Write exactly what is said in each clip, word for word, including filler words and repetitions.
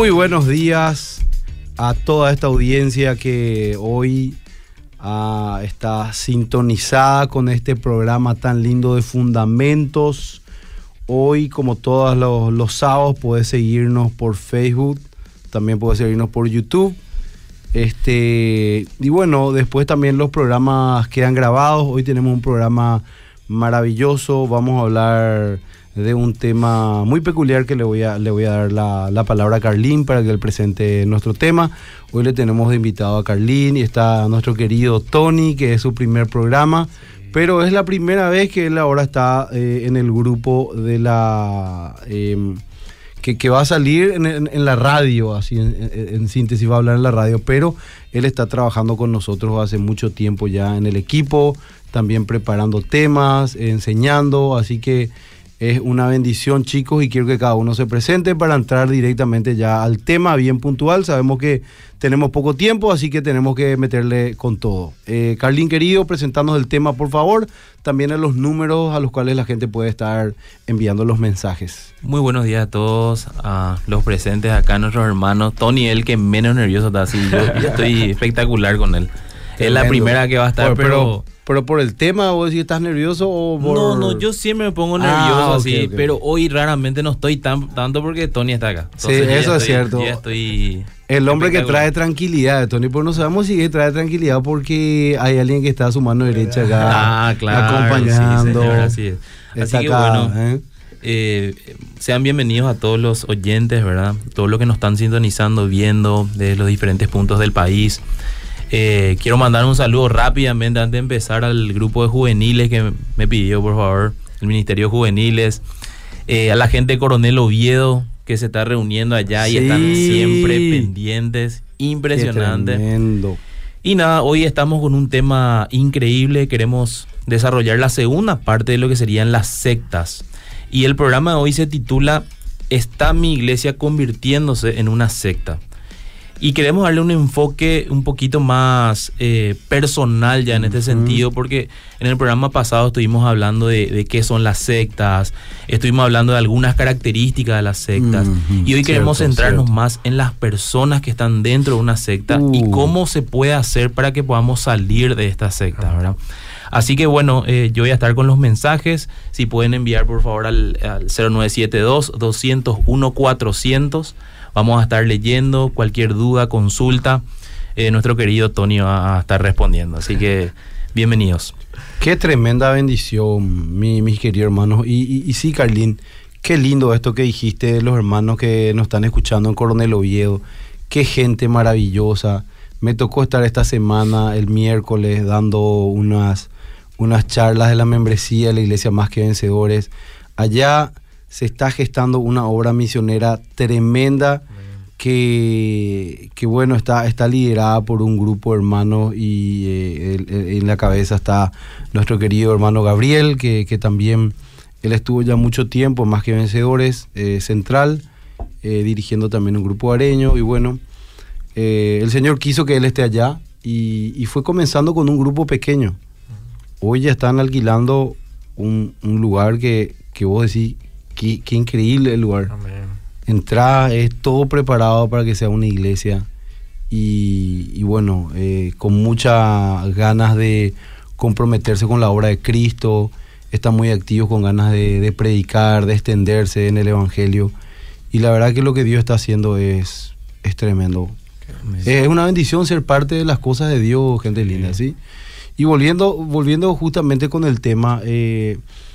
Muy buenos días a toda esta audiencia que hoy uh, está sintonizada con este programa tan lindo de Fundamentos. Hoy, como todos los, los sábados, puedes seguirnos por Facebook, también puedes seguirnos por YouTube. Este, y bueno, después también los programas quedan grabados. Hoy tenemos un programa maravilloso. Vamos a hablar de un tema muy peculiar que le voy a, le voy a dar la, la palabra a Carlín para que él presente nuestro tema. Hoy le tenemos de invitado a Carlín y está nuestro querido Tony, que es su primer programa, pero es la primera vez que él ahora está eh, en el grupo de la... Eh, que, que va a salir en, en, en la radio, así en, en, en síntesis va a hablar en la radio, pero él está trabajando con nosotros hace mucho tiempo ya en el equipo, también preparando temas, enseñando, así que es una bendición, chicos, y quiero que cada uno se presente para entrar directamente ya al tema bien puntual. Sabemos que tenemos poco tiempo, así que tenemos que meterle con todo. Eh, Carlín, querido, presentarnos el tema, por favor. También a los números a los cuales la gente puede estar enviando los mensajes. Muy buenos días a todos, a los presentes acá, nuestros hermanos. Tony, el que menos nervioso está, así. Yo, yo estoy espectacular con él. Tremendo. Es la primera que va a estar, pero... pero ¿Pero por el tema o si estás nervioso o por...? No, no, yo siempre me pongo nervioso ah, así, okay, okay. Pero hoy raramente no estoy tan, tanto porque Tony está acá. Entonces, sí, eso estoy, es cierto. Ya estoy... El hombre que trae tranquilidad, Tony, pero no sabemos si trae tranquilidad porque hay alguien que está a su mano derecha acá, ah, claro, acompañando. Sí, señor, así es. Así que acá, bueno, ¿eh? Eh, sean bienvenidos a todos los oyentes, ¿verdad? Todos los que nos están sintonizando, viendo de los diferentes puntos del país. Eh, quiero mandar un saludo rápidamente antes de empezar al grupo de juveniles que me pidió, por favor, el Ministerio de Juveniles, eh, a la gente de Coronel Oviedo que se está reuniendo allá sí. Y están siempre pendientes, impresionante. Y nada, hoy estamos con un tema increíble, queremos desarrollar la segunda parte de lo que serían las sectas. Y el programa de hoy se titula ¿Está mi iglesia convirtiéndose en una secta? Y queremos darle un enfoque un poquito más eh, personal ya en este uh-huh. sentido, porque en el programa pasado estuvimos hablando de, de qué son las sectas, estuvimos hablando de algunas características de las sectas, uh-huh. y hoy queremos cierto, centrarnos cierto. más en las personas que están dentro de una secta uh. y cómo se puede hacer para que podamos salir de esta secta, ¿verdad? Así que bueno, eh, yo voy a estar con los mensajes. Si pueden enviar por favor al, al cero nueve siete dos, dos cero uno, cuatrocientos. Vamos a estar leyendo cualquier duda, consulta. Eh, nuestro querido Tony va a estar respondiendo. Así que bienvenidos. Qué tremenda bendición, mi, mis queridos hermanos. Y, y, y sí, Carlín, qué lindo esto que dijiste de los hermanos que nos están escuchando en Coronel Oviedo. Qué gente maravillosa. Me tocó estar esta semana, el miércoles, dando unas, unas charlas de la membresía de la Iglesia Más que Vencedores. Allá se está gestando una obra misionera tremenda que, que bueno, está, está liderada por un grupo de hermanos y eh, el, el, en la cabeza está nuestro querido hermano Gabriel, que, que también él estuvo ya mucho tiempo, Más que Vencedores, eh, central, eh, dirigiendo también un grupo areño y bueno, eh, el Señor quiso que él esté allá y, y fue comenzando con un grupo pequeño. Hoy ya están alquilando un, un lugar que, que vos decís, Qué, qué increíble el lugar. Amén. Entrada, es todo preparado para que sea una iglesia y, y bueno, eh, con muchas ganas de comprometerse con la obra de Cristo, están muy activos con ganas de, de predicar, de extenderse en el Evangelio y la verdad que lo que Dios está haciendo es, es tremendo. Es una bendición ser parte de las cosas de Dios, gente linda, ¿sí? Y volviendo, volviendo justamente con el tema, eh,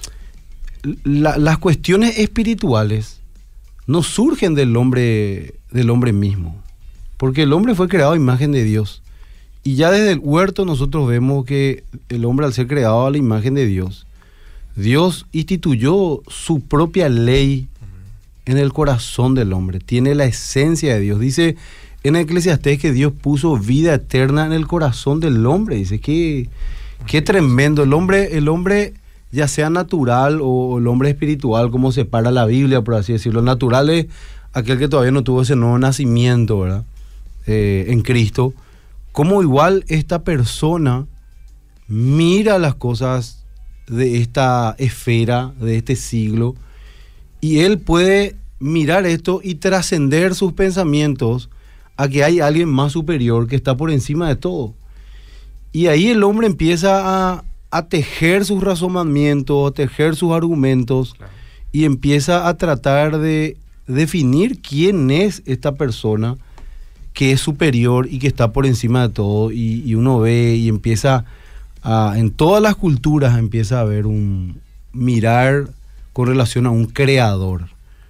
La, las cuestiones espirituales no surgen del hombre, del hombre mismo, porque el hombre fue creado a imagen de Dios y ya desde el huerto nosotros vemos que el hombre, al ser creado a la imagen de Dios, Dios instituyó su propia ley en el corazón del hombre, tiene la esencia de Dios. Dice en Eclesiastés que Dios puso vida eterna en el corazón del hombre. Dice que qué tremendo. El hombre, el hombre ya sea natural o el hombre espiritual, como separa la Biblia, por así decirlo. Natural es aquel que todavía no tuvo ese nuevo nacimiento, ¿verdad? Eh, en Cristo. Como igual esta persona mira las cosas de esta esfera, de este siglo, y él puede mirar esto y trascender sus pensamientos a que hay alguien más superior que está por encima de todo. Y ahí el hombre empieza a, a tejer sus razonamientos, a tejer sus argumentos, claro, y empieza a tratar de definir quién es esta persona que es superior y que está por encima de todo. Y, y uno ve y empieza a, en todas las culturas empieza a haber un mirar con relación a un creador.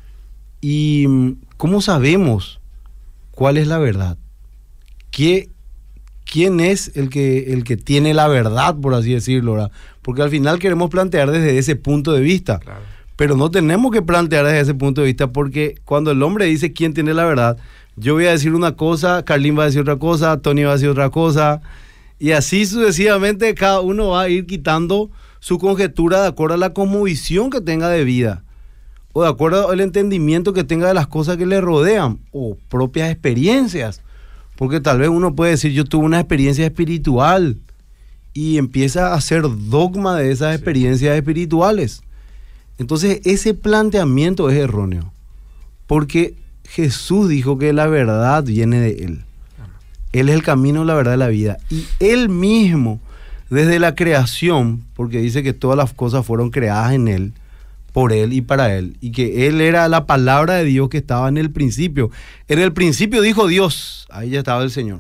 ¿Y cómo sabemos cuál es la verdad? ¿Qué, ¿Quién es el que, el que tiene la verdad, por así decirlo, ¿verdad? Porque al final queremos plantear desde ese punto de vista. Claro. Pero no tenemos que plantear desde ese punto de vista, porque cuando el hombre dice quién tiene la verdad, yo voy a decir una cosa, Carlín va a decir otra cosa, Tony va a decir otra cosa, y así sucesivamente cada uno va a ir quitando su conjetura de acuerdo a la cosmovisión que tenga de vida, o de acuerdo al entendimiento que tenga de las cosas que le rodean, o propias experiencias, porque tal vez uno puede decir, yo tuve una experiencia espiritual, y empieza a hacer dogma de esas experiencias sí. espirituales. Entonces ese planteamiento es erróneo, porque Jesús dijo que la verdad viene de Él. Él es el camino, la verdad y la vida. Y Él mismo, desde la creación, porque dice que todas las cosas fueron creadas en Él, por Él y para Él, y que Él era la palabra de Dios que estaba en el principio. En el principio dijo Dios, ahí ya estaba el Señor.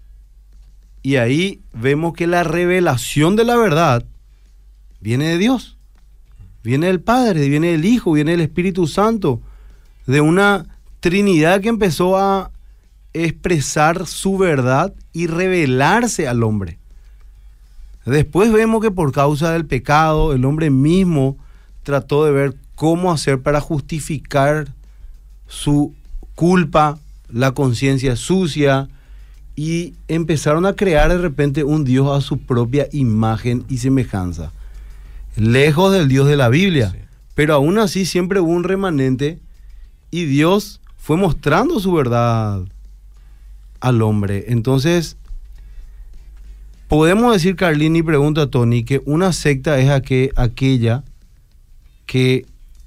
Y ahí vemos que la revelación de la verdad viene de Dios. Viene del Padre, viene del Hijo, viene del Espíritu Santo, de una Trinidad que empezó a expresar su verdad y revelarse al hombre. Después vemos que por causa del pecado, el hombre mismo trató de ver cómo hacer para justificar su culpa, la conciencia sucia, y empezaron a crear de repente un Dios a su propia imagen y semejanza. Lejos del Dios de la Biblia, sí. Pero aún así siempre hubo un remanente y Dios fue mostrando su verdad al hombre. Entonces, podemos decir, Carlín, y pregunto a Tony, que una secta es aqu- aquella que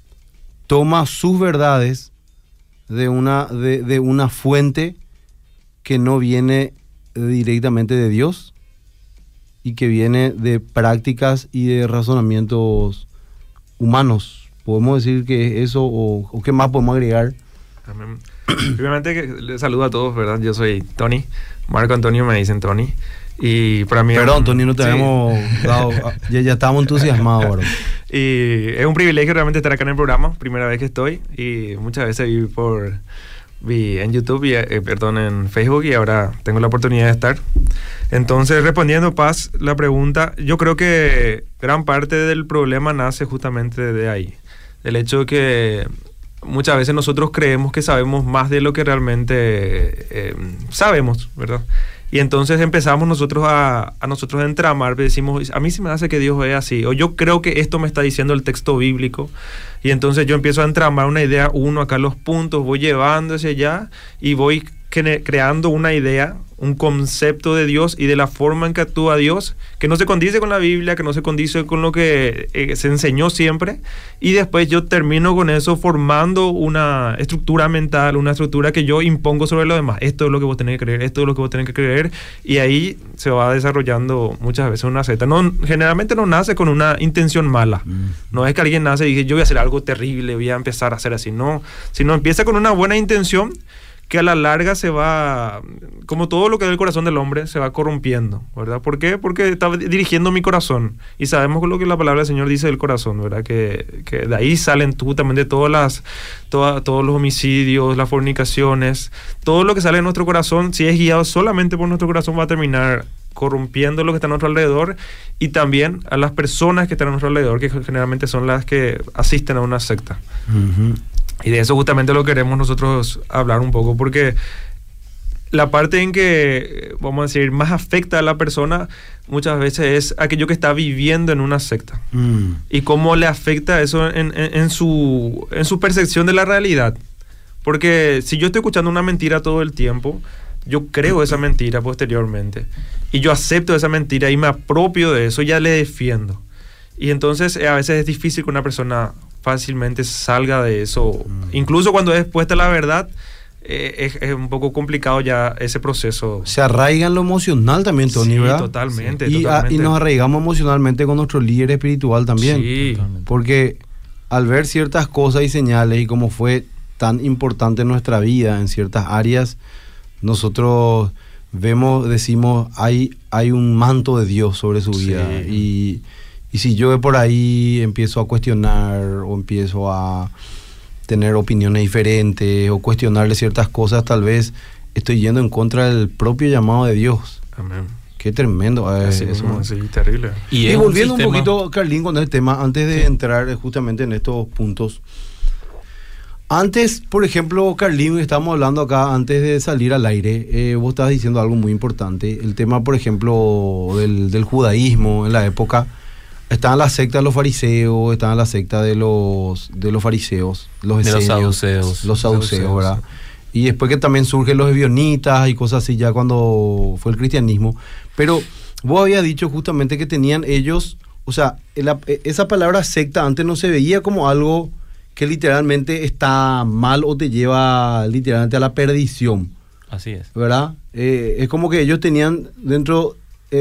toma sus verdades de una, de, de una fuente que no viene directamente de Dios, y que viene de prácticas y de razonamientos humanos. ¿Podemos decir que eso o, o qué más podemos agregar? Amén. Primeramente, que les saludo a todos, ¿verdad? Yo soy Tony, Marco Antonio me dicen Tony. Y para mí... Perdón, Tony, no te sí. habíamos dado... Ya, ya estábamos entusiasmados ahora. Y es un privilegio realmente estar acá en el programa, primera vez que estoy, y muchas veces vi por... Vi en YouTube, y, eh, perdón, en Facebook, y ahora tengo la oportunidad de estar. Entonces, respondiendo, Paz, la pregunta, yo creo que gran parte del problema nace justamente de ahí. El hecho de que muchas veces nosotros creemos que sabemos más de lo que realmente eh, sabemos, ¿verdad? Y entonces empezamos nosotros a, a nosotros a entramar, decimos, a mí se me hace que Dios es así, o yo creo que esto me está diciendo el texto bíblico, y entonces yo empiezo a entramar una idea, uno acá los puntos, voy llevando hacia allá, y voy cre- creando una idea, un concepto de Dios y de la forma en que actúa Dios, que no se condice con la Biblia, que no se condice con lo que eh, se enseñó siempre, y después yo termino con eso formando una estructura mental, una estructura que yo impongo sobre los demás. Esto es lo que vos tenés que creer, esto es lo que vos tenés que creer, y ahí se va desarrollando muchas veces una secta. No, generalmente no nace con una intención mala. Mm. No es que alguien nace y dice, yo voy a hacer algo terrible, voy a empezar a hacer así. No, sino empieza con una buena intención, que a la larga se va, como todo lo que da el corazón del hombre, se va corrompiendo, ¿verdad? ¿Por qué? Porque está dirigiendo mi corazón, y sabemos lo que la palabra del Señor dice del corazón, ¿verdad? Que, que de ahí salen justamente todas las, toda, todos los homicidios, las fornicaciones, todo lo que sale de nuestro corazón, si es guiado solamente por nuestro corazón, va a terminar corrompiendo lo que está a nuestro alrededor, y también a las personas que están a nuestro alrededor, que generalmente son las que asisten a una secta. Uh-huh. Y de eso justamente lo queremos nosotros hablar un poco, porque la parte en que, vamos a decir, más afecta a la persona muchas veces es aquello que está viviendo en una secta. Mm. Y cómo le afecta eso en, en, en, su, en su percepción de la realidad. Porque si yo estoy escuchando una mentira todo el tiempo, yo creo esa mentira posteriormente. Y yo acepto esa mentira y me apropio de eso, ya le defiendo. Y entonces a veces es difícil que una persona fácilmente salga de eso. Mm. Incluso cuando es expuesta la verdad, eh, es, es un poco complicado ya ese proceso. Se arraiga en lo emocional también, Tony, sí, ¿verdad? Totalmente, sí. Y, totalmente. A, y nos arraigamos emocionalmente con nuestro líder espiritual también. Sí. Totalmente. Porque al ver ciertas cosas y señales y cómo fue tan importante en nuestra vida en ciertas áreas, nosotros vemos, decimos, hay, hay un manto de Dios sobre su vida. Sí. Y, y si yo de por ahí empiezo a cuestionar o empiezo a tener opiniones diferentes o cuestionarle ciertas cosas, tal vez estoy yendo en contra del propio llamado de Dios. Amén. Qué tremendo. Eh, Así eso, es, sí, terrible. Y, y volviendo un, un poquito, Carlín, con el tema, antes de sí. entrar justamente en estos puntos. Antes, por ejemplo, Carlín, estamos hablando acá, antes de salir al aire, eh, vos estabas diciendo algo muy importante. El tema, por ejemplo, del, del judaísmo en la época. Estaban las sectas de los fariseos, estaban las sectas de los, de los fariseos, los de esenios, los saduceos. Los saduceos, ¿verdad? Y después que también surgen los ebionitas y cosas así ya cuando fue el cristianismo. Pero vos habías dicho justamente que tenían ellos, o sea, la, esa palabra secta antes no se veía como algo que literalmente está mal o te lleva literalmente a la perdición. Así es. ¿Verdad? Eh, es como que ellos tenían dentro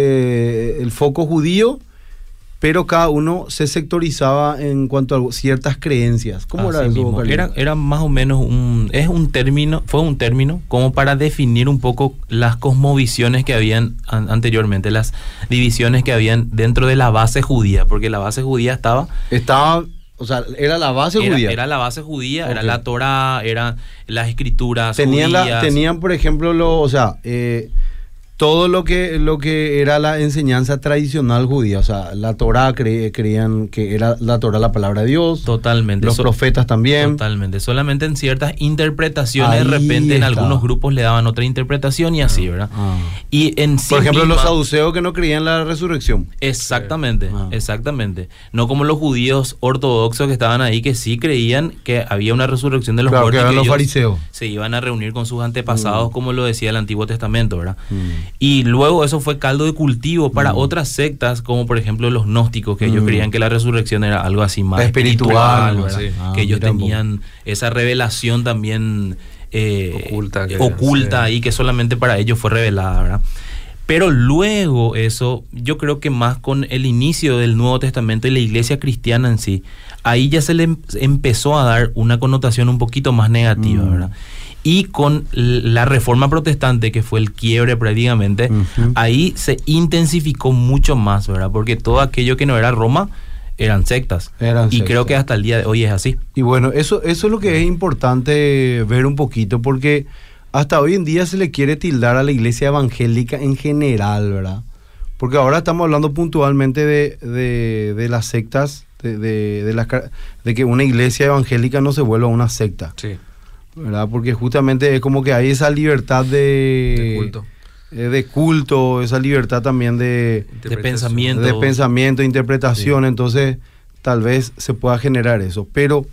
eh, el foco judío, pero cada uno se sectorizaba en cuanto a ciertas creencias. ¿Cómo Así era eso, mismo. Era, era más o menos un, es un término, fue un término como para definir un poco las cosmovisiones que habían an, anteriormente, las divisiones que habían dentro de la base judía, porque la base judía estaba... Estaba... O sea, era la base era, judía. Era la base judía, okay. Era la Torá, eran las escrituras tenían judías. La, tenían, por ejemplo, lo, o sea... Eh, todo lo que, lo que era la enseñanza tradicional judía, o sea, la Torá cre, creían que era la Torá la palabra de Dios. Totalmente. Los so, profetas también. Totalmente. Solamente en ciertas interpretaciones, ahí de repente está. En algunos grupos le daban otra interpretación y así, ¿verdad? Ah. Y en sí Por ejemplo, misma, los saduceos que no creían en la resurrección. Exactamente, ah. exactamente. No como los judíos ortodoxos que estaban ahí, que sí creían que había una resurrección de los claro, muertos. Que eran que los ellos fariseos. Se iban a reunir con sus antepasados, mm. como lo decía el Antiguo Testamento, ¿verdad? Mm. Y luego eso fue caldo de cultivo para mm. otras sectas, como por ejemplo los gnósticos, que mm. ellos creían que la resurrección era algo así más espiritual, espiritual sí. ah, que ellos tenían esa revelación también eh, oculta, que oculta y que solamente para ellos fue revelada, ¿verdad? Pero luego eso, yo creo que más con el inicio del Nuevo Testamento y la iglesia cristiana en sí, ahí ya se le em- empezó a dar una connotación un poquito más negativa, mm. ¿verdad? Y con la reforma protestante, que fue el quiebre prácticamente, uh-huh. ahí se intensificó mucho más, ¿verdad? Porque todo aquello que no era Roma eran sectas. Eran y sectas. Creo que hasta el día de hoy es así. Y bueno, eso, eso es lo que es importante ver un poquito, porque hasta hoy en día se le quiere tildar a la iglesia evangélica en general, ¿verdad? Porque ahora estamos hablando puntualmente de, de, de las sectas, de, de, de, las, de que una iglesia evangélica no se vuelva una secta. Sí. ¿Verdad? Porque justamente es como que hay esa libertad de, de culto, eh, de culto, esa libertad también de, de pensamiento, de pensamiento, de interpretación, sí. Entonces tal vez se pueda generar eso. Pero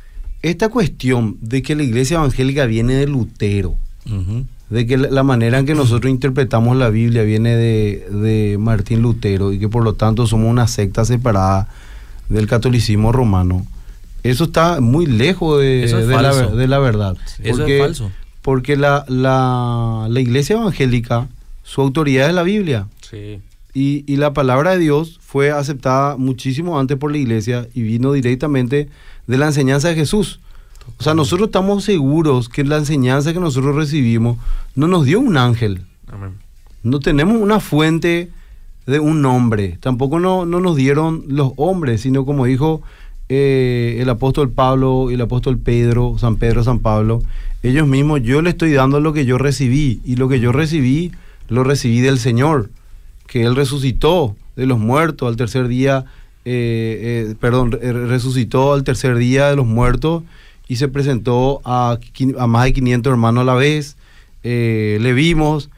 esta cuestión de que la iglesia evangélica viene de Lutero, uh-huh. de que la, la manera en que nosotros interpretamos la Biblia viene de, de Martín Lutero y que por lo tanto somos una secta separada del catolicismo romano. Eso está muy lejos de, es de, la, de la verdad. Sí. Porque, eso es falso. Porque la, la, la iglesia evangélica, su autoridad es la Biblia. Sí. Y, y la palabra de Dios fue aceptada muchísimo antes por la iglesia y vino directamente de la enseñanza de Jesús. O sea, nosotros estamos seguros que la enseñanza que nosotros recibimos no nos dio un ángel. Amén. No tenemos una fuente de un hombre. Tampoco no, no nos dieron los hombres, sino como dijo... Eh, el apóstol Pablo y el apóstol Pedro, San Pedro, San Pablo, ellos mismos, yo le estoy dando lo que yo recibí, y lo que yo recibí, lo recibí del Señor, que Él resucitó de los muertos al tercer día, eh, eh, perdón, resucitó al tercer día de los muertos, y se presentó a, a más de quinientos hermanos a la vez, eh, le vimos,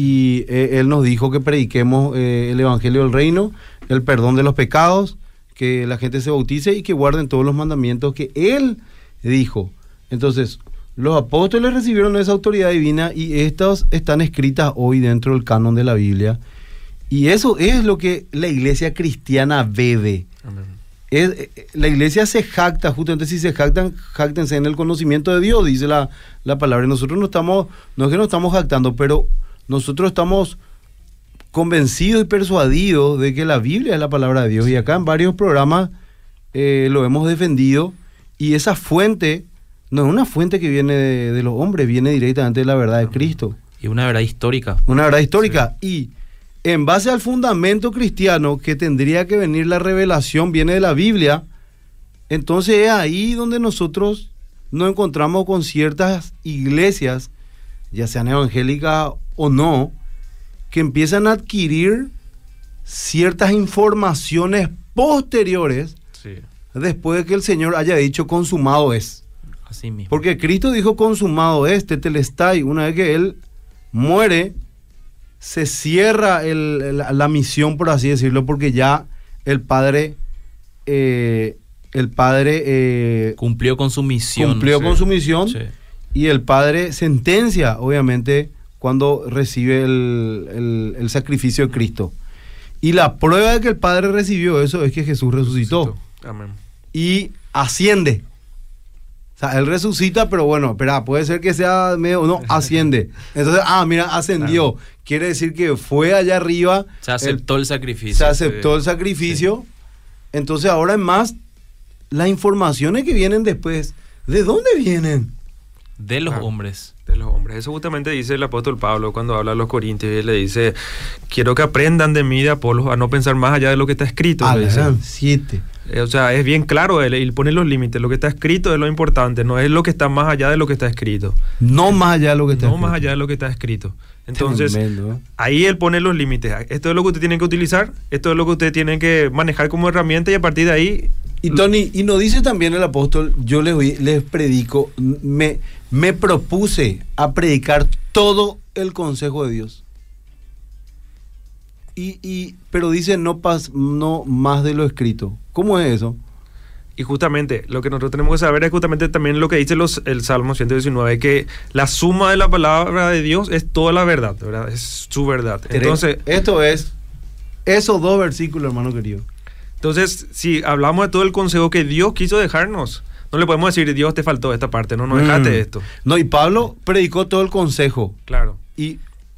y eh, Él nos dijo que prediquemos eh, el Evangelio del Reino, el perdón de los pecados, que la gente se bautice y que guarden todos los mandamientos que Él dijo. Entonces, los apóstoles recibieron esa autoridad divina y estas están escritas hoy dentro del canon de la Biblia. Y eso es lo que la iglesia cristiana bebe. Amén. Es, la iglesia se jacta, justamente si se jactan, jactense en el conocimiento de Dios, dice la, la palabra. Y nosotros no estamos, no es que nos estamos jactando, pero nosotros estamos convencidos y persuadidos de que la Biblia es la palabra de Dios. Y acá en varios programas eh, lo hemos defendido. Y esa fuente no es una fuente que viene de, de los hombres, viene directamente de la verdad de Cristo. Y una verdad histórica. Una verdad histórica. Sí. Y en base al fundamento cristiano que tendría que venir la revelación, viene de la Biblia. Entonces es ahí donde nosotros nos encontramos con ciertas iglesias, ya sean evangélicas o no, que empiezan a adquirir ciertas informaciones posteriores, sí, después de que el Señor haya dicho consumado es. Así mismo. Porque Cristo dijo consumado es, tetelestai. Una vez que Él muere, se cierra el, la, la misión, por así decirlo, porque ya el Padre eh, el Padre eh, cumplió con su misión. Cumplió sí. con su misión, sí. Y el Padre sentencia, obviamente, cuando recibe el, el, el sacrificio de Cristo. Y la prueba de que el Padre recibió eso es que Jesús resucitó. Amén. Y asciende. O sea, Él resucita, pero bueno, espera, puede ser que sea medio, no, asciende. Entonces, ah, mira, ascendió. Claro. Quiere decir que fue allá arriba. Se aceptó el, el sacrificio. Se aceptó sí. el sacrificio. Sí. Entonces, ahora es más, las informaciones que vienen después, ¿de dónde vienen? De los ah, hombres. De los hombres. Eso justamente dice el apóstol Pablo cuando habla a los corintios. Y le dice, quiero que aprendan de mí, de Apolos, a no pensar más allá de lo que está escrito. Ah, siete. O sea, es bien claro, él, él pone los límites. Lo que está escrito es lo importante, no es lo que está más allá de lo que está escrito. No más allá de lo que está no escrito. No más allá de lo que está escrito. Entonces, Tremendo, ¿eh? Ahí él pone los límites. Esto es lo que usted tiene que utilizar, esto es lo que usted tiene que manejar como herramienta y a partir de ahí... Y Tony, y nos dice también el apóstol, yo les, les predico, me, me propuse a predicar todo el consejo de Dios. Y, y, pero dice no, pas, no más de lo escrito. ¿Cómo es eso? Y justamente lo que nosotros tenemos que saber es justamente también lo que dice los, el Salmo ciento diecinueve, que la suma de la palabra de Dios es toda la verdad, ¿verdad? Es su verdad. Entonces, esto es esos dos versículos, hermano querido. Entonces, si hablamos de todo el consejo que Dios quiso dejarnos, no le podemos decir, Dios te faltó esta parte, no, no dejaste mm. esto. No, y Pablo predicó todo el consejo. Claro. Y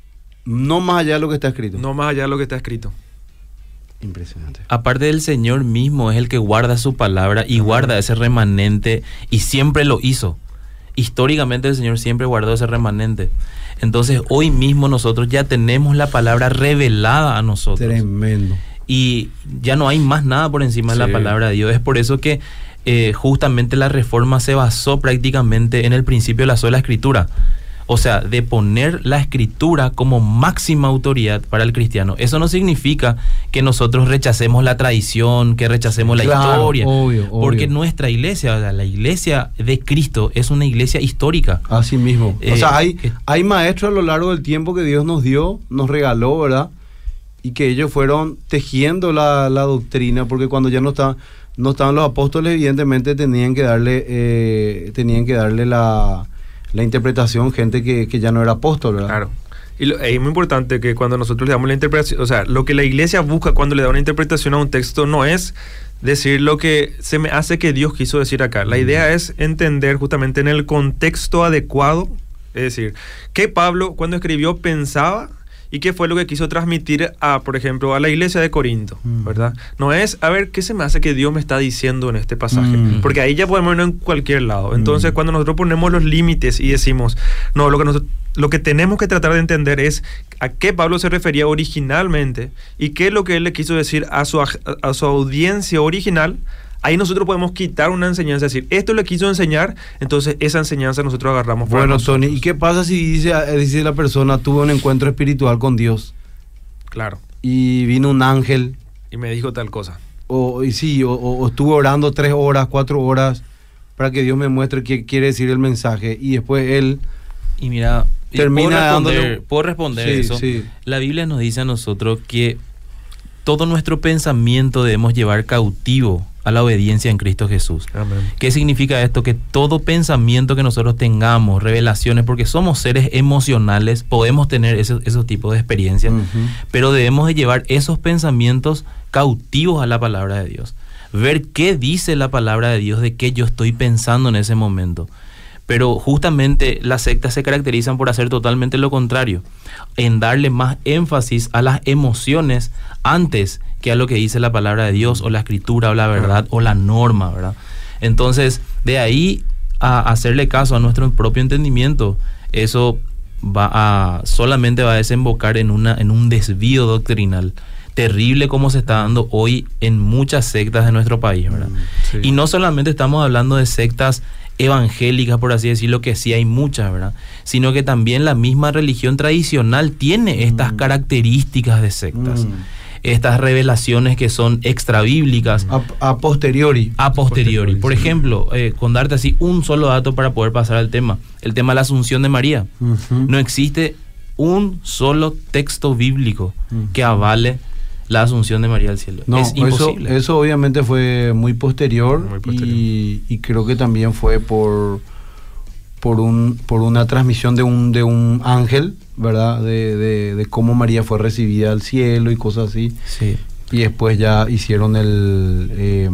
no más allá de lo que está escrito. No más allá de lo que está escrito. Impresionante. Aparte del Señor mismo es el que guarda su palabra y guarda ese remanente, y siempre lo hizo. Históricamente el Señor siempre guardó ese remanente. Entonces hoy mismo nosotros ya tenemos la palabra revelada a nosotros. Tremendo. Y ya no hay más nada por encima sí. de la palabra de Dios. Es por eso que eh, justamente la reforma se basó prácticamente en el principio de la sola escritura. O sea, de poner la escritura como máxima autoridad para el cristiano. Eso no significa que nosotros rechacemos la tradición, que rechacemos la claro, historia. Obvio, porque obvio. nuestra iglesia, o sea, la iglesia de Cristo, es una iglesia histórica. Así mismo. Eh, o sea, hay, eh, hay maestros a lo largo del tiempo que Dios nos dio, nos regaló, ¿verdad? Y que ellos fueron tejiendo la, la doctrina, porque cuando ya no estaban, no estaban los apóstoles, evidentemente tenían que darle, eh, tenían que darle la... la interpretación, gente que, que ya no era apóstol, ¿verdad? Claro. Y lo, es muy importante que cuando nosotros le damos la interpretación, o sea, lo que la iglesia busca cuando le da una interpretación a un texto no es decir lo que se me hace que Dios quiso decir acá. La idea es entender justamente en el contexto adecuado, es decir, que Pablo cuando escribió pensaba y qué fue lo que quiso transmitir a, por ejemplo, a la iglesia de Corinto, ¿verdad? No es, a ver, ¿qué se me hace que Dios me está diciendo en este pasaje? Mm. Porque ahí ya podemos irnos en cualquier lado. Entonces, mm. cuando nosotros ponemos los límites y decimos, no, lo que, nosotros, lo que tenemos que tratar de entender es a qué Pablo se refería originalmente y qué es lo que él le quiso decir a su, a, a su audiencia original. Ahí nosotros podemos quitar una enseñanza, es decir, esto le quiso enseñar, entonces esa enseñanza nosotros agarramos. Bueno, Tony, ¿y qué pasa si dice, dice la persona, tuve un encuentro espiritual con Dios? Claro. Y vino un ángel. Y me dijo tal cosa. O, y sí, o, o estuve orando tres horas, cuatro horas, para que Dios me muestre qué quiere decir el mensaje. Y después él... Y mira, termina ¿puedo responder, dándole... ¿puedo responder sí, eso? Sí. La Biblia nos dice a nosotros que todo nuestro pensamiento debemos llevar cautivo a la obediencia en Cristo Jesús. Amén. ¿Qué significa esto? Que todo pensamiento que nosotros tengamos, revelaciones, porque somos seres emocionales, podemos tener esos, esos tipos de experiencias, uh-huh. pero debemos de llevar esos pensamientos cautivos a la palabra de Dios. ver qué dice la palabra de Dios, de qué yo estoy pensando en ese momento. Pero justamente las sectas se caracterizan por hacer totalmente lo contrario, en darle más énfasis a las emociones antes que a lo que dice la palabra de Dios, o la escritura, o la verdad, o la norma, ¿verdad? Entonces, de ahí a hacerle caso a nuestro propio entendimiento, eso va a solamente va a desembocar en una en un desvío doctrinal terrible, como se está dando hoy en muchas sectas de nuestro país, ¿verdad? Sí. Y no solamente estamos hablando de sectas evangélicas, por así decirlo, que sí hay muchas, ¿verdad? Sino que también la misma religión tradicional tiene estas mm. características de sectas. Mm. Estas revelaciones que son extrabíblicas. A, a posteriori. A posteriori. Por ejemplo, eh, con darte así un solo dato para poder pasar al tema. El tema de la Asunción de María. Uh-huh. No existe un solo texto bíblico uh-huh. que avale la Asunción de María al cielo. No, es imposible. Eso, eso obviamente fue muy posterior, muy posterior. Y, y creo que también fue por, por, un, por una transmisión de un, de un ángel, ¿verdad? De, de, de cómo María fue recibida al cielo y cosas así. Sí. Y después ya hicieron el eh,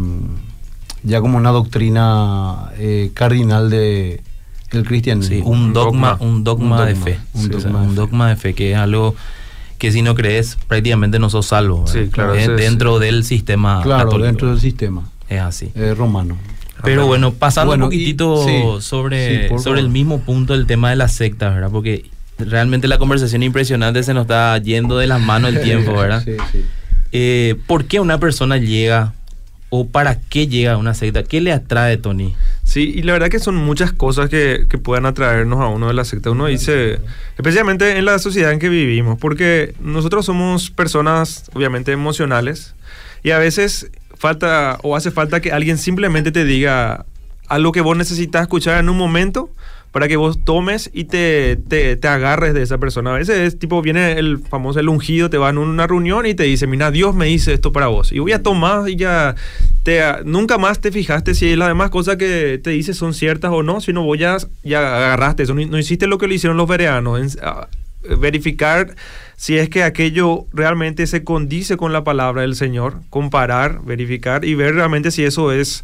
ya como una doctrina eh, cardinal de el cristianismo. Sí, un dogma, un dogma, un dogma de fe. Un, sí, dogma, o sea, de un fe. dogma de fe, que es algo que si no crees prácticamente no sos salvo. Sí, claro, es dentro sí. del sistema Claro, católico. Dentro del sistema. Es así. Es romano. Pero bueno, pasando bueno, un poquitito y, sí, sobre, sí, sobre el mismo punto del tema de las sectas, ¿verdad? Porque realmente la conversación impresionante, se nos está yendo de las manos el tiempo, ¿verdad? Sí, sí. Eh, ¿Por qué una persona llega o para qué llega a una secta? ¿Qué le atrae, Tony? Sí, y la verdad que son muchas cosas que, que puedan atraernos a uno de la secta. Uno dice, especialmente en la sociedad en que vivimos, porque nosotros somos personas obviamente emocionales y a veces falta o hace falta que alguien simplemente te diga algo que vos necesitas escuchar en un momento para que vos tomes y te, te, te agarres de esa persona. A veces es tipo, viene el famoso el ungido, te va en una reunión y te dice, mira, Dios me dice esto para vos. Y voy a tomar y ya te, nunca más te fijaste si las demás cosas que te dice son ciertas o no, sino vos ya, ya agarraste eso. No, no hiciste lo que le hicieron los bereanos, en, a, verificar si es que aquello realmente se condice con la palabra del Señor, comparar, verificar y ver realmente si eso es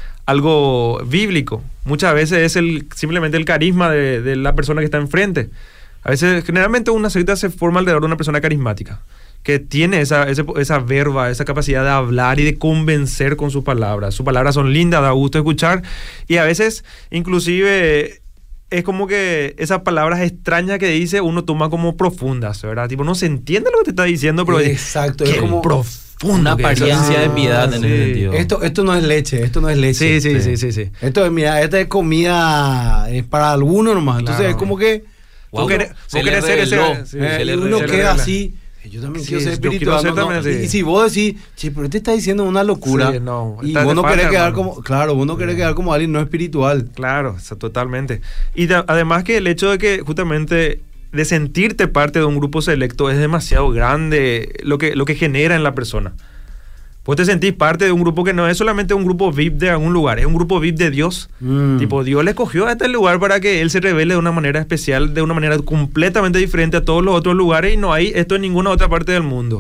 algo bíblico. Muchas veces es el simplemente el carisma de, de la persona que está enfrente. A veces, generalmente una secta se forma alrededor de una persona carismática, que tiene esa, esa, esa verba, esa capacidad de hablar y de convencer con sus palabras. Sus palabras son lindas, da gusto escuchar, y a veces inclusive es como que esas palabras extrañas que dice uno toma como profundas, ¿verdad? Tipo, no se entiende lo que te está diciendo, pero exacto, es, es como profundo. Una apariencia de piedad en sí. ese sentido. Esto, esto no es leche, esto no es leche. Sí, sí, sí, sí, sí. Esto es, mira, esta es comida es para algunos nomás. Entonces claro. es como que wow. Vos querés, vos querés ser ese, sí, eh, uno queda así. Yo también sí, quiero ser yo espiritual. quiero ser no, no. también, sí. Y si vos decís, che, pero te está diciendo una locura. Sí, no, y vos no falta, querés quedar hermano. como, claro, vos no sí. querés quedar como alguien no espiritual. Claro, o sea, totalmente. Y de, además que el hecho de que justamente de sentirte parte de un grupo selecto es demasiado grande lo que, lo que genera en la persona. Vos te sentís parte de un grupo que no es solamente un grupo V I P de algún lugar, es un grupo V I P de Dios. Mm. Tipo, Dios le escogió a este lugar para que Él se revele de una manera especial, de una manera completamente diferente a todos los otros lugares, y no hay esto en ninguna otra parte del mundo.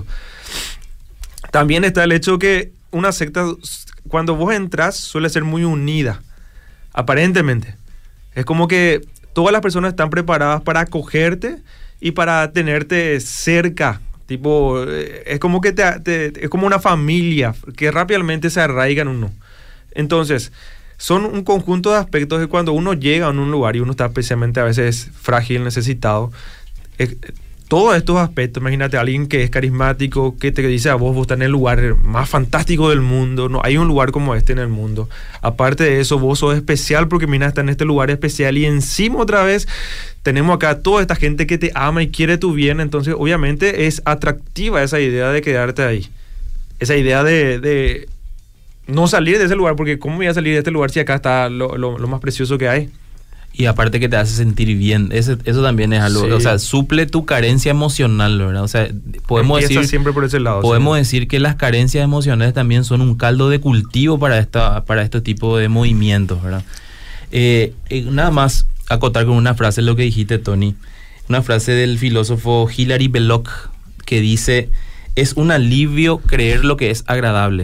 También está el hecho que una secta, cuando vos entras, suele ser muy unida, aparentemente. Es como que todas las personas están preparadas para acogerte y para tenerte cerca. Tipo, es como que te, te, es como una familia que rápidamente se arraiga en uno. Entonces, son un conjunto de aspectos que cuando uno llega a un lugar y uno está especialmente a veces frágil, necesitado, es, todos estos aspectos, imagínate a alguien que es carismático, que te dice a vos, vos estás en el lugar más fantástico del mundo, no hay un lugar como este en el mundo. Aparte de eso, vos sos especial porque mira, estás en este lugar especial y encima otra vez tenemos acá toda esta gente que te ama y quiere tu bien, entonces obviamente es atractiva esa idea de quedarte ahí. Esa idea de, de no salir de ese lugar, porque ¿cómo voy a salir de este lugar si acá está lo, lo, lo más precioso que hay? Y aparte que te hace sentir bien, eso, eso también es algo, sí. O sea, suple tu carencia emocional, ¿verdad? O sea, podemos Empieza decir siempre por ese lado. Podemos sí. decir que las carencias emocionales también son un caldo de cultivo para esta, para este tipo de movimientos, ¿verdad? Eh, eh, nada más acotar con una frase lo que dijiste, Tony, una frase del filósofo Hilary Belloc que dice: es un alivio creer lo que es agradable,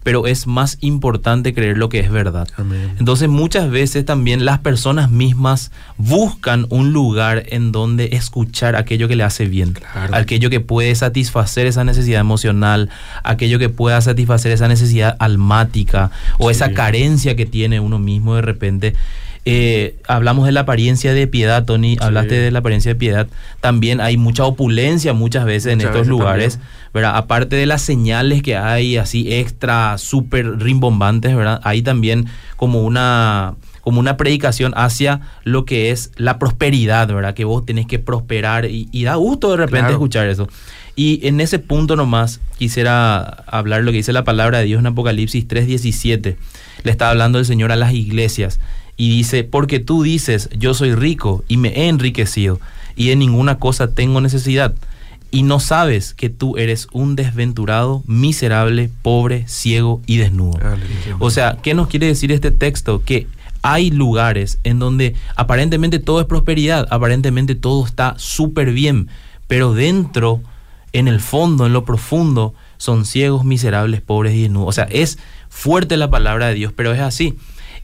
pero es más importante creer lo que es verdad. Amén. Entonces muchas veces también las personas mismas buscan un lugar en donde escuchar aquello que le hace bien, Claro. aquello que puede satisfacer esa necesidad emocional, aquello que pueda satisfacer esa necesidad almática o Sí. esa carencia que tiene uno mismo de repente. Eh, hablamos de la apariencia de piedad, Tony, Sí. hablaste de la apariencia de piedad. También hay mucha opulencia muchas veces Muchas en estos veces lugares, también. ¿verdad? Aparte de las señales que hay así extra, súper rimbombantes, ¿verdad? Hay también como una, como una predicación hacia lo que es la prosperidad, ¿verdad? Que vos tenés que prosperar y, y da gusto de repente Claro. escuchar eso. Y en ese punto nomás quisiera hablar lo que dice la palabra de Dios en Apocalipsis tres diecisiete. Le está hablando el Señor a las iglesias y dice, porque tú dices, yo soy rico y me he enriquecido y de ninguna cosa tengo necesidad, y no sabes que tú eres un desventurado, miserable, pobre, ciego y desnudo. Aleluya. O sea, ¿qué nos quiere decir este texto? Que hay lugares en donde aparentemente todo es prosperidad, aparentemente todo está súper bien, pero dentro, en el fondo, en lo profundo, son ciegos, miserables, pobres y desnudos. O sea, es fuerte la palabra de Dios, pero es así.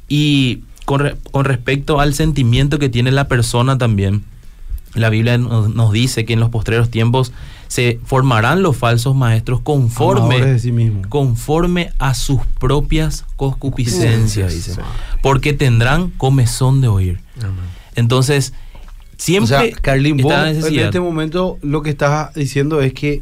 Y con, re- con respecto al sentimiento que tiene la persona también, la Biblia nos, nos dice que en los postreros tiempos se formarán los falsos maestros conforme, Amadores de sí mismo. conforme a sus propias concupiscencias, dice. Sí. Porque tendrán comezón de oír. Amén. Entonces, siempre O sea, Carlín, vos está la en necesidad. este momento lo que estás diciendo es que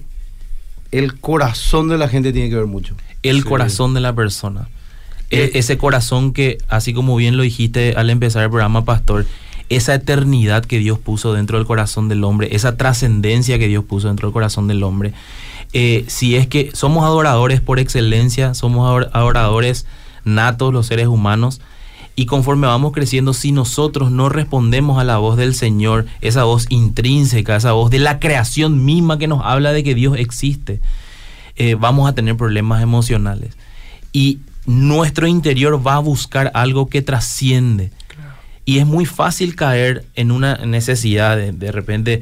el corazón de la gente tiene que ver mucho. el Sí. corazón de la persona. E- Eh, ese corazón que, así como bien lo dijiste al empezar el programa, Pastor, esa eternidad que Dios puso dentro del corazón del hombre, esa trascendencia que Dios puso dentro del corazón del hombre. Eh, si es que somos adoradores por excelencia, somos ador- adoradores natos los seres humanos, y conforme vamos creciendo, si nosotros no respondemos a la voz del Señor, esa voz intrínseca, esa voz de la creación misma que nos habla de que Dios existe, eh, vamos a tener problemas emocionales. Y nuestro interior va a buscar algo que trasciende. Y es muy fácil caer en una necesidad de, de repente,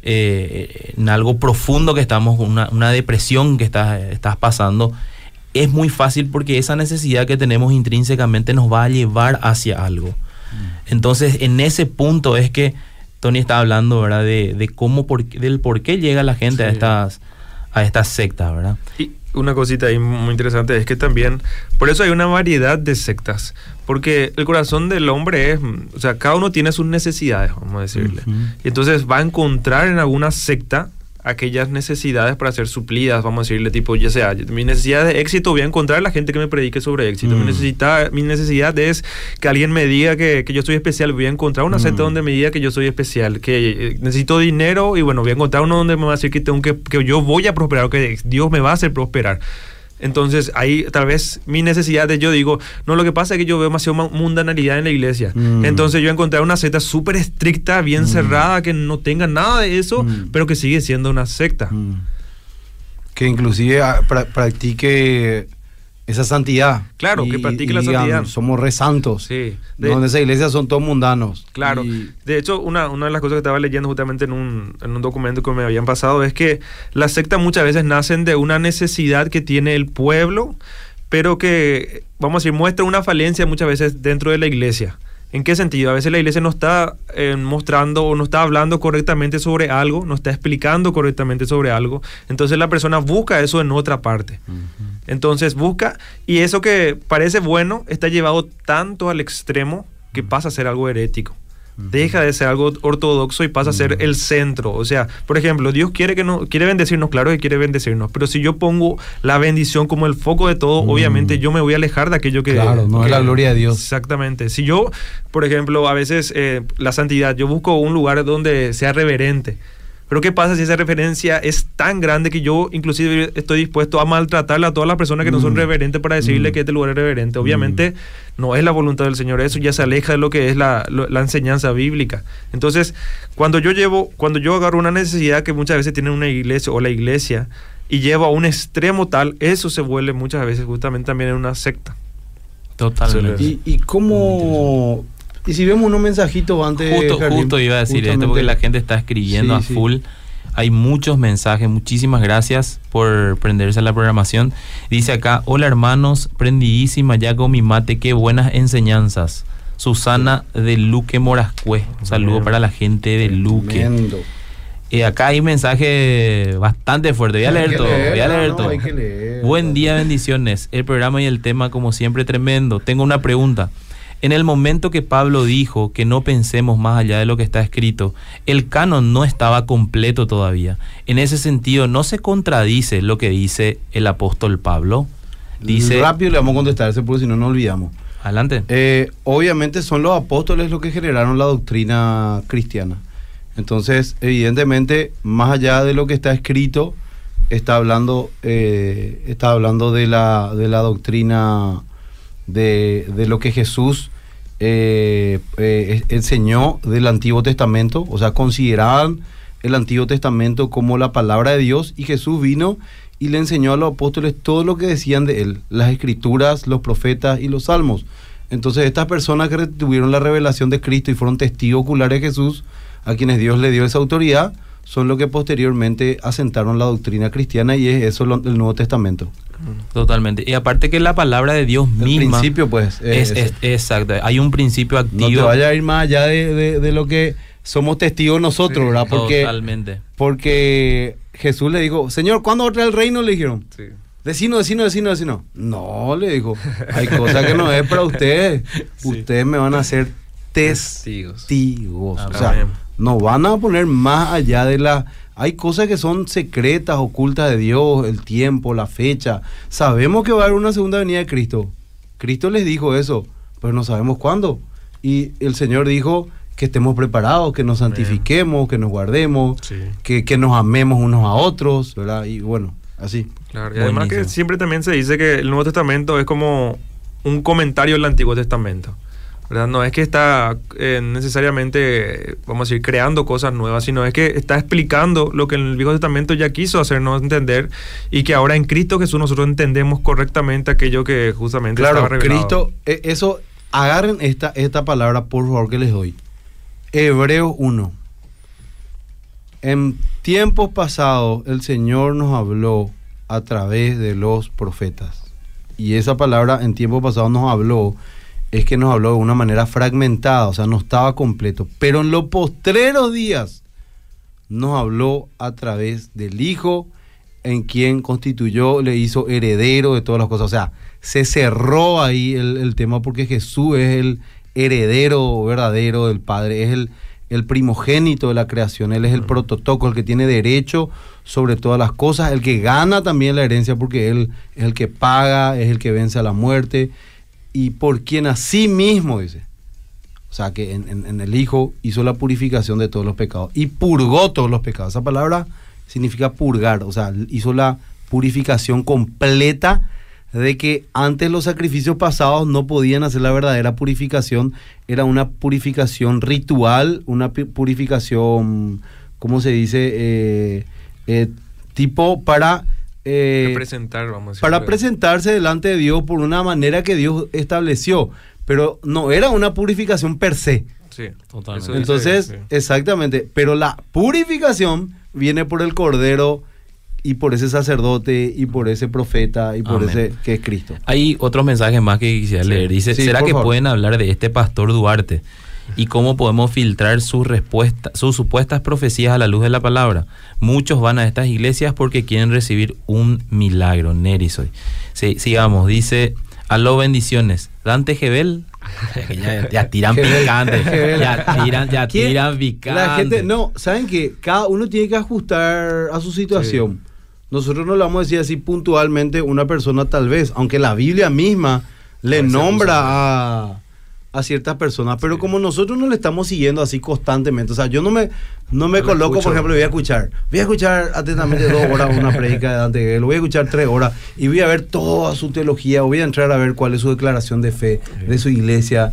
eh, en algo profundo que estamos, una, una depresión que estás, estás pasando. Es muy fácil porque esa necesidad que tenemos intrínsecamente nos va a llevar hacia algo. Mm. Entonces, en ese punto es que Tony está hablando, ¿verdad? De, de cómo, por, del por qué llega la gente Sí. a estas, a estas sectas, ¿verdad? Y una cosita ahí muy interesante es que también, por eso hay una variedad de sectas, porque el corazón del hombre es, o sea, cada uno tiene sus necesidades, vamos a decirle. Uh-huh. Y entonces va a encontrar en alguna secta aquellas necesidades para ser suplidas, vamos a decirle, tipo, ya sea, mi necesidad de éxito, voy a encontrar a la gente que me predique sobre éxito. Mm. Mi, necesita, mi necesidad es que alguien me diga que, que yo soy especial, voy a encontrar una Mm. secta donde me diga que yo soy especial, que eh, necesito dinero y bueno, voy a encontrar uno donde me va a decir que, tengo que, que yo voy a prosperar, que Dios me va a hacer prosperar. Entonces, ahí tal vez mi necesidad de yo digo, no, lo que pasa es que yo veo demasiado ma- mundanalidad en la iglesia. Mm. Entonces yo encontré una secta súper estricta, bien Mm. cerrada, que no tenga nada de eso, Mm. pero que sigue siendo una secta. Mm. Que inclusive ah, pra- practique esa santidad. Claro, que practique la digan, santidad. Somos re santos. Sí. De- No, en esa iglesia son todos mundanos. Claro. Y- De hecho, una, una de las cosas que estaba leyendo justamente en un, en un documento que me habían pasado es que las sectas muchas veces nacen de una necesidad que tiene el pueblo, pero que, vamos a decir, muestra una falencia muchas veces dentro de la iglesia. ¿En qué sentido? A veces la iglesia no está eh, mostrando o no está hablando correctamente sobre algo, no está explicando correctamente sobre algo. Entonces la persona busca eso en otra parte. Entonces busca, y eso que parece bueno está llevado tanto al extremo que pasa a ser algo herético. Deja de ser algo ortodoxo y pasa a ser el centro. O sea, por ejemplo, Dios quiere que no, quiere bendecirnos, claro que quiere bendecirnos, pero si yo pongo la bendición como el foco de todo, Mm. obviamente yo me voy a alejar de aquello que... Claro, no es que- la gloria de Dios. Exactamente. Si yo, por ejemplo, a veces eh, la santidad, yo busco un lugar donde sea reverente. Pero ¿qué pasa si esa referencia es tan grande que yo inclusive estoy dispuesto a maltratarle a todas las personas que no son Mm. reverentes para decirle Mm. que este lugar es reverente? Obviamente no es la voluntad del Señor, eso ya se aleja de lo que es la, lo- la enseñanza bíblica. Entonces, cuando yo llevo, cuando yo agarro una necesidad que muchas veces tiene una iglesia o la iglesia y llevo a un extremo tal, eso se vuelve muchas veces justamente también en una secta. Totalmente. ¿Y, y cómo...? Y si vemos unos mensajitos antes... Justo, Carlín, justo iba a decir esto justamente- porque la gente está escribiendo Sí, a sí. full. Hay muchos mensajes, muchísimas gracias por prenderse a la programación. Dice acá, hola hermanos, prendidísima ya con mi mate, qué buenas enseñanzas. Susana de Luque Morascue, un saludo para la gente de Luque. Tremendo. Y acá hay un mensaje bastante fuerte, voy a leer todo, voy a leer todo. Buen día, bendiciones, el programa y el tema como siempre tremendo. Tengo una pregunta. En el momento que Pablo dijo que no pensemos más allá de lo que está escrito, el canon no estaba completo todavía. En ese sentido, ¿no se contradice lo que dice el apóstol Pablo? Dice, rápido le vamos a contestar, porque si no, no olvidamos. Adelante. Eh, obviamente son los apóstoles los que generaron la doctrina cristiana. Entonces, evidentemente, más allá de lo que está escrito, está hablando, eh, está hablando de la, de la doctrina de, de lo que Jesús eh, eh, enseñó del Antiguo Testamento. O sea, consideraban el Antiguo Testamento como la palabra de Dios, y Jesús vino y le enseñó a los apóstoles todo lo que decían de él, las escrituras, los profetas y los salmos. Entonces, estas personas que tuvieron la revelación de Cristo y fueron testigos oculares de Jesús, a quienes Dios le dio esa autoridad, son los que posteriormente asentaron la doctrina cristiana, y es eso lo, el Nuevo Testamento. Totalmente. Y aparte que la palabra de Dios el misma... El principio, pues. Es, es, es, exacto. Hay un principio activo. No te vayas a ir más allá de, de, de lo que somos testigos nosotros, sí, ¿verdad? Porque, totalmente. Porque Jesús le dijo, Señor, ¿cuándo va a traer el reino? Le dijeron. Sí. Decino, decino, decino, decino. No, le dijo, hay cosas que no es para ustedes. Sí. Ustedes me van a hacer testigos. testigos. O sea, no van a poner más allá de la... Hay cosas que son secretas, ocultas de Dios, el tiempo, la fecha. Sabemos que va a haber una segunda venida de Cristo. Cristo les dijo eso, pero no sabemos cuándo. Y el Señor dijo que estemos preparados, que nos santifiquemos, Bien. que nos guardemos, sí. que, que nos amemos unos a otros, ¿verdad? Y bueno, así. Claro, y además que siempre también se dice que el Nuevo Testamento es como un comentario del Antiguo Testamento, ¿verdad? No es que está eh, necesariamente, vamos a decir, creando cosas nuevas, sino es que está explicando lo que el Viejo Testamento ya quiso hacernos entender, y que ahora en Cristo Jesús nosotros entendemos correctamente aquello que justamente claro, estaba revelado. Cristo, eh, eso, agarren esta, esta palabra, por favor, que les doy. Hebreos uno. En tiempos pasados el Señor nos habló a través de los profetas. Y esa palabra en tiempos pasados nos habló, es que nos habló de una manera fragmentada, o sea, no estaba completo. Pero en los postreros días nos habló a través del Hijo, en quien constituyó, le hizo heredero de todas las cosas. O sea, se cerró ahí el, el tema, porque Jesús es el heredero verdadero del Padre, es el, el primogénito de la creación, Él es el prototoco, el que tiene derecho sobre todas las cosas, el que gana también la herencia, porque Él es el que paga, es el que vence a la muerte, y por quien a sí mismo, dice, o sea, que en, en, en el Hijo hizo la purificación de todos los pecados, y purgó todos los pecados. Esa palabra significa purgar, o sea, hizo la purificación completa, de que antes los sacrificios pasados no podían hacer la verdadera purificación, era una purificación ritual, una purificación, ¿cómo se dice? Eh, eh, tipo para... Eh, Representar, vamos a decir, para presentarse delante de Dios por una manera que Dios estableció, pero no era una purificación per se. Sí, totalmente. Entonces, sí, sí. exactamente, pero la purificación viene por el Cordero, y por ese sacerdote, y por ese profeta, y por Amén. Ese que es Cristo. Hay otros mensajes más que quisiera sí. leer. Dice, sí, ¿será que favor? Pueden hablar de este pastor Duarte? ¿Y cómo podemos filtrar sus respuestas, sus supuestas profecías a la luz de la palabra? Muchos van a estas iglesias porque quieren recibir un milagro. Neri soy. Sí, sigamos, dice, aló, bendiciones. Dante Gebel. ya, ya tiran picante. ya tiran, ya tiran picante. La gente, no, saben que cada uno tiene que ajustar a su situación. Sí. Nosotros no le vamos a decir así puntualmente una persona tal vez, aunque la Biblia misma le nombra a, a ciertas personas, pero sí. como nosotros no le estamos siguiendo así constantemente, o sea, yo no me, no me no coloco, por ejemplo, voy a escuchar, voy a escuchar atentamente dos horas una prédica de Dante Gebel, voy a escuchar tres horas y voy a ver toda su teología, voy a entrar a ver cuál es su declaración de fe, sí. de su iglesia.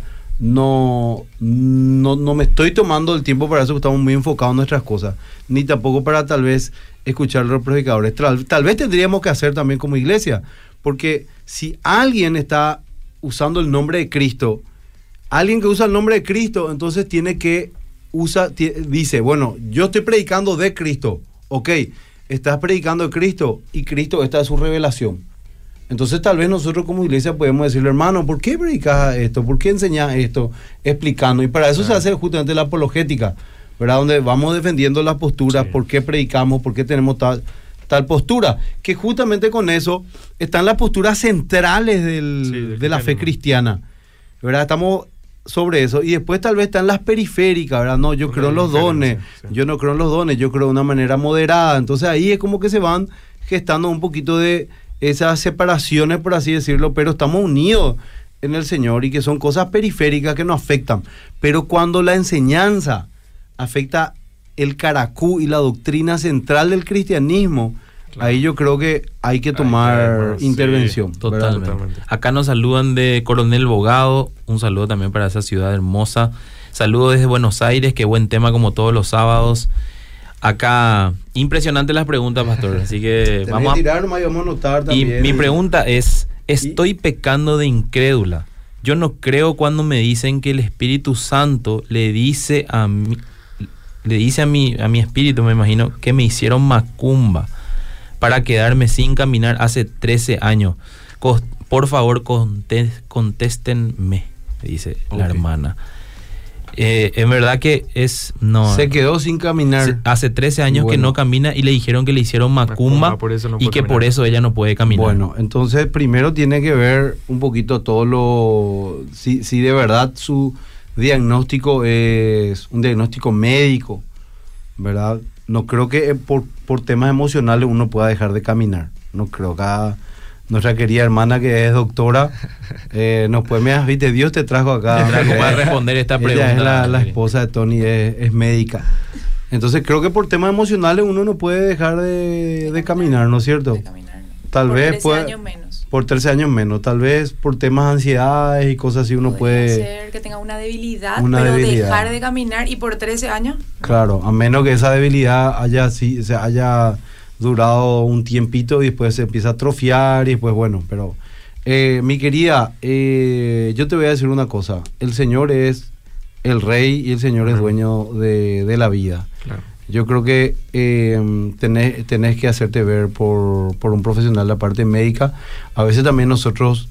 No, no, no me estoy tomando el tiempo para eso, porque estamos muy enfocados en nuestras cosas, ni tampoco para tal vez escuchar a los predicadores. Tal, tal vez tendríamos que hacer también como iglesia, porque si alguien está usando el nombre de Cristo, alguien que usa el nombre de Cristo, entonces tiene que, usa, t- dice, bueno, yo estoy predicando de Cristo, ok, estás predicando a Cristo y Cristo, esta es su revelación. Entonces tal vez nosotros como iglesia podemos decirle, hermano, ¿por qué predicas esto? ¿Por qué enseñas esto? Explicando. Y para eso claro. se hace justamente la apologética, ¿verdad? Donde vamos defendiendo las posturas, sí. por qué predicamos, por qué tenemos tal, tal postura. Que justamente con eso están las posturas centrales del, sí, del de la fe cristiana, ¿verdad? Estamos sobre eso. Y después tal vez están las periféricas, ¿verdad? No, yo creo en los dones, sí. yo no creo en los dones, yo creo de una manera moderada. Entonces ahí es como que se van gestando un poquito de esas separaciones, por así decirlo, pero estamos unidos en el Señor y que son cosas periféricas que nos afectan. Pero cuando la enseñanza afecta el caracú y la doctrina central del cristianismo, claro. ahí yo creo que hay que tomar Ay, intervención. Sí, totalmente. totalmente. Acá nos saludan de Coronel Bogado, un saludo también para esa ciudad hermosa. Saludos desde Buenos Aires, qué buen tema como todos los sábados. Acá, impresionante las preguntas, pastor. Así que vamos a tirar, vamos a anotar también. Y mi pregunta es, ¿estoy ¿Y? pecando de incrédula? Yo no creo cuando me dicen que el Espíritu Santo le dice a mí, le dice a mi, a mi espíritu, me imagino, que me hicieron macumba para quedarme sin caminar hace trece años. Por favor, contéstenme, dice okay. la hermana. Eh, en verdad que es no se quedó sin caminar hace trece años bueno. que no camina y le dijeron que le hicieron macumba, macumba por eso no y que caminar. Por eso ella no puede caminar. Bueno, entonces primero tiene que ver un poquito todo lo si, si de verdad su diagnóstico es un diagnóstico médico, ¿verdad? No creo que por, por temas emocionales uno pueda dejar de caminar. No creo que nuestra querida hermana que es doctora eh, nos puede, mira, viste, Dios te trajo acá. Te trajo para responder esta pregunta. Ella es la, la esposa de Tony, es, es médica. Entonces creo que por temas emocionales uno no puede dejar de, de caminar, ¿no es cierto? De caminar, no. Tal por vez puede, años menos. Por trece años menos. Tal vez por temas de ansiedades y cosas así uno Podría puede... ser que tenga una debilidad, una pero debilidad. dejar de caminar y por trece años... Claro, a menos que esa debilidad haya, sí, se haya durado un tiempito y después se empieza a atrofiar y después, bueno, pero... Eh, mi querida, eh, yo te voy a decir una cosa. El Señor es el Rey y el Señor uh-huh. es dueño de, de la vida. Claro. Yo creo que eh, tenés, tenés que hacerte ver por, por un profesional de la parte médica. A veces también nosotros,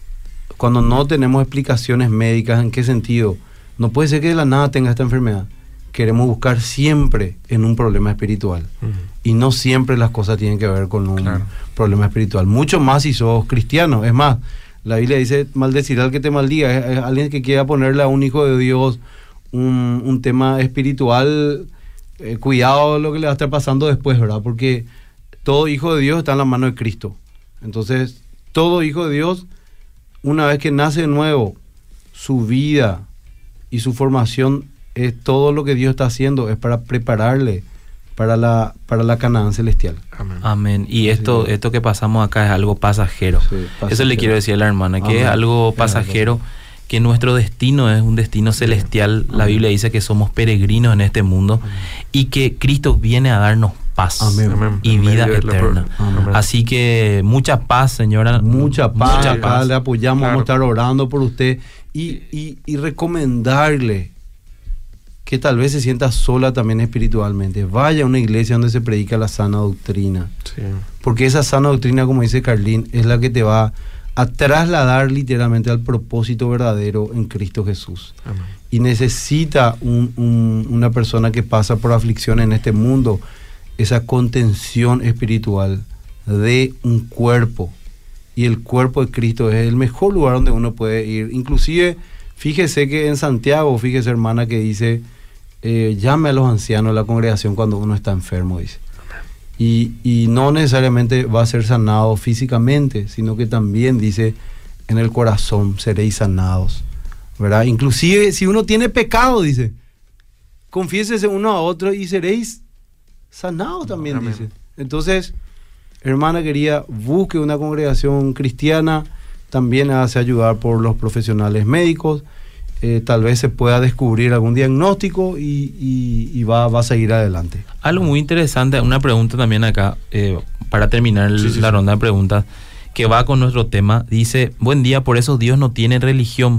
cuando no tenemos explicaciones médicas, ¿en qué sentido? No puede ser que de la nada tenga esta enfermedad. Queremos buscar siempre en un problema espiritual. Uh-huh. Y no siempre las cosas tienen que ver con un claro. problema espiritual. Mucho más si sos cristiano. Es más, la Biblia dice, maldecirá al que te maldiga. Es, es alguien que quiera ponerle a un hijo de Dios un, un tema espiritual. Eh, cuidado lo que le va a estar pasando después, ¿verdad? Porque todo hijo de Dios está en la mano de Cristo. Entonces, todo hijo de Dios, una vez que nace de nuevo, su vida y su formación es todo lo que Dios está haciendo, es para prepararle para la, para la Canaán celestial. Amén. Amén. Y esto, sí. esto que pasamos acá es algo pasajero. Sí, pasajero. Eso le quiero decir a la hermana, que Amén. Es algo pasajero, que nuestro destino es un destino celestial. Amén. La Biblia dice que somos peregrinos en este mundo Amén. Y que Cristo viene a darnos paz Amén. Y vida Amén. Eterna. Amén. Así que mucha paz, señora. Mucha paz. Mucha paz. Le apoyamos, claro. Vamos a estar orando por usted y, y, y recomendarle que tal vez se sienta sola también espiritualmente. Vaya a una iglesia donde se predica la sana doctrina. Sí. Porque esa sana doctrina, como dice Carlín, es la que te va a trasladar literalmente al propósito verdadero en Cristo Jesús. Amén. Y necesita un, un, una persona que pasa por aflicción en este mundo, esa contención espiritual de un cuerpo. Y el cuerpo de Cristo es el mejor lugar donde uno puede ir. Inclusive, fíjese que en Santiago, fíjese hermana, que dice... Eh, llame a los ancianos de la congregación cuando uno está enfermo, dice. Y, y no necesariamente va a ser sanado físicamente, sino que también dice, en el corazón seréis sanados, ¿verdad? Inclusive si uno tiene pecado, dice, confiésese uno a otro y seréis sanados también, Amén. Dice. Entonces, hermana querida, busque una congregación cristiana, también hágase ayudar por los profesionales médicos. Eh, tal vez se pueda descubrir algún diagnóstico y, y, y va, va a seguir adelante. Algo muy interesante, una pregunta también acá, eh, para terminar sí, sí, la sí. ronda de preguntas, que va con nuestro tema. Dice, buen día, por eso Dios no tiene religión.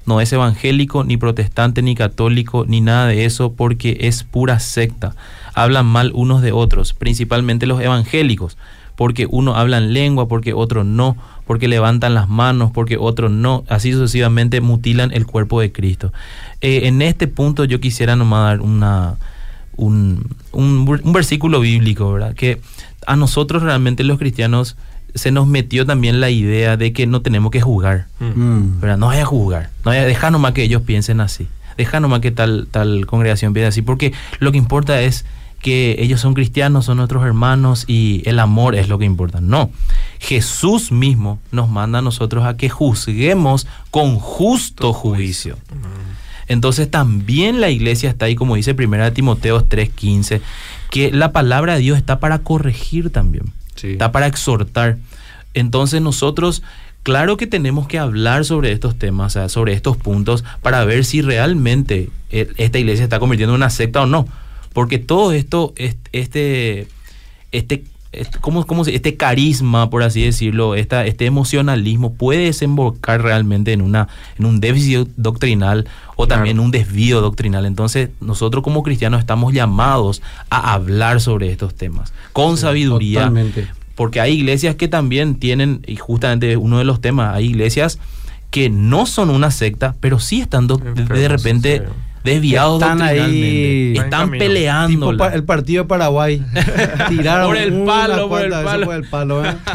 no es evangélico, ni protestante, ni católico, ni nada de eso, porque es pura secta. Hablan mal unos de otros, principalmente los evangélicos, porque uno habla en lengua, porque otros no, porque levantan las manos, porque otros no, así sucesivamente mutilan el cuerpo de Cristo. Eh, en este punto yo quisiera nomás dar una, un, un, un versículo bíblico, ¿verdad? Que a nosotros realmente los cristianos se nos metió también la idea de que no tenemos que jugar, mm. ¿verdad? No vaya a jugar, no vaya, deja nomás que ellos piensen así, deja nomás que tal, tal congregación piense así, porque lo que importa es que ellos son cristianos, son nuestros hermanos y el amor es lo que importa. No, Jesús mismo nos manda a nosotros a que juzguemos con justo juicio. Entonces también la iglesia está ahí, como dice primera de Timoteo tres quince, que la palabra de Dios está para corregir también, sí. Está para exhortar. Entonces nosotros, claro que tenemos que hablar sobre estos temas, o sea, sobre estos puntos, para ver si realmente esta iglesia está convirtiendo en una secta o no. Porque todo esto, este, este, este, ¿cómo, cómo se, este carisma, por así decirlo, esta, este emocionalismo puede desembocar realmente en una, en un déficit doctrinal o también claro. un desvío doctrinal. Entonces, nosotros como cristianos estamos llamados a hablar sobre estos temas con sí, sabiduría. Totalmente. Porque hay iglesias que también tienen, y justamente uno de los temas, hay iglesias que no son una secta, pero sí están do, de, de repente... Sí. Desviados están doctrinalmente, ahí, están peleando. Tipo pa, el partido de Paraguay. Tiraron por el palo, por el palo. Por el palo ¿eh?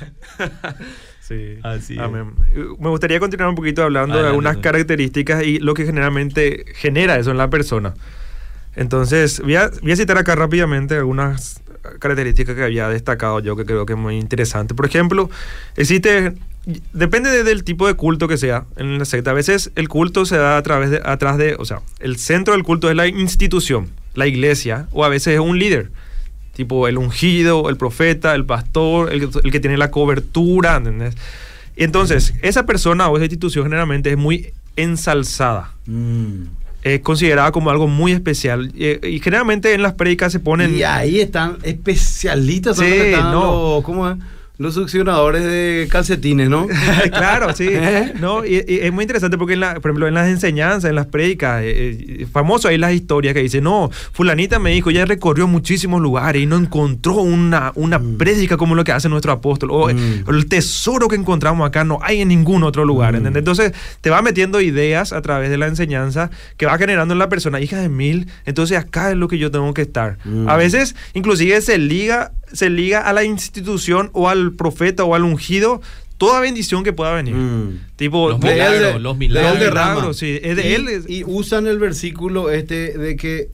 Sí. Así Amén. Me gustaría continuar un poquito hablando Adelante. de algunas características y lo que generalmente genera eso en la persona. Entonces, voy a, voy a citar acá rápidamente algunas características que había destacado yo que creo que es muy interesante. Por ejemplo, existe... Depende de, del tipo de culto que sea en la secta. A veces el culto se da a través de, atrás de, o sea, el centro del culto es la institución, la iglesia, o a veces es un líder, tipo el ungido, el profeta, el pastor, el, el que tiene la cobertura, ¿entendés? Entonces, esa persona o esa institución generalmente es muy ensalzada. Mm. Es considerada como algo muy especial. Y, y generalmente en las prédicas se ponen... Y ahí están especialistas. Sí, están no. Los, ¿cómo es? Los succionadores de calcetines, ¿no? Claro, sí. ¿Eh? No, y, y es muy interesante porque, en la, por ejemplo, en las enseñanzas, en las prédicas, eh, famoso hay las historias que dicen, no, fulanita me dijo, ella recorrió muchísimos lugares y no encontró una, una mm. prédica como lo que hace nuestro apóstol. O mm. el tesoro que encontramos acá no hay en ningún otro lugar. Mm. ¿Entendés? Entonces, te va metiendo ideas a través de la enseñanza que va generando en la persona, hija de mil, entonces acá es lo que yo tengo que estar. Mm. A veces, inclusive, se liga... se liga a la institución o al profeta o al ungido toda bendición que pueda venir. Mm. Tipo, los milagros, los milagros. De milagros, sí, es de y, él. Y usan el versículo este de que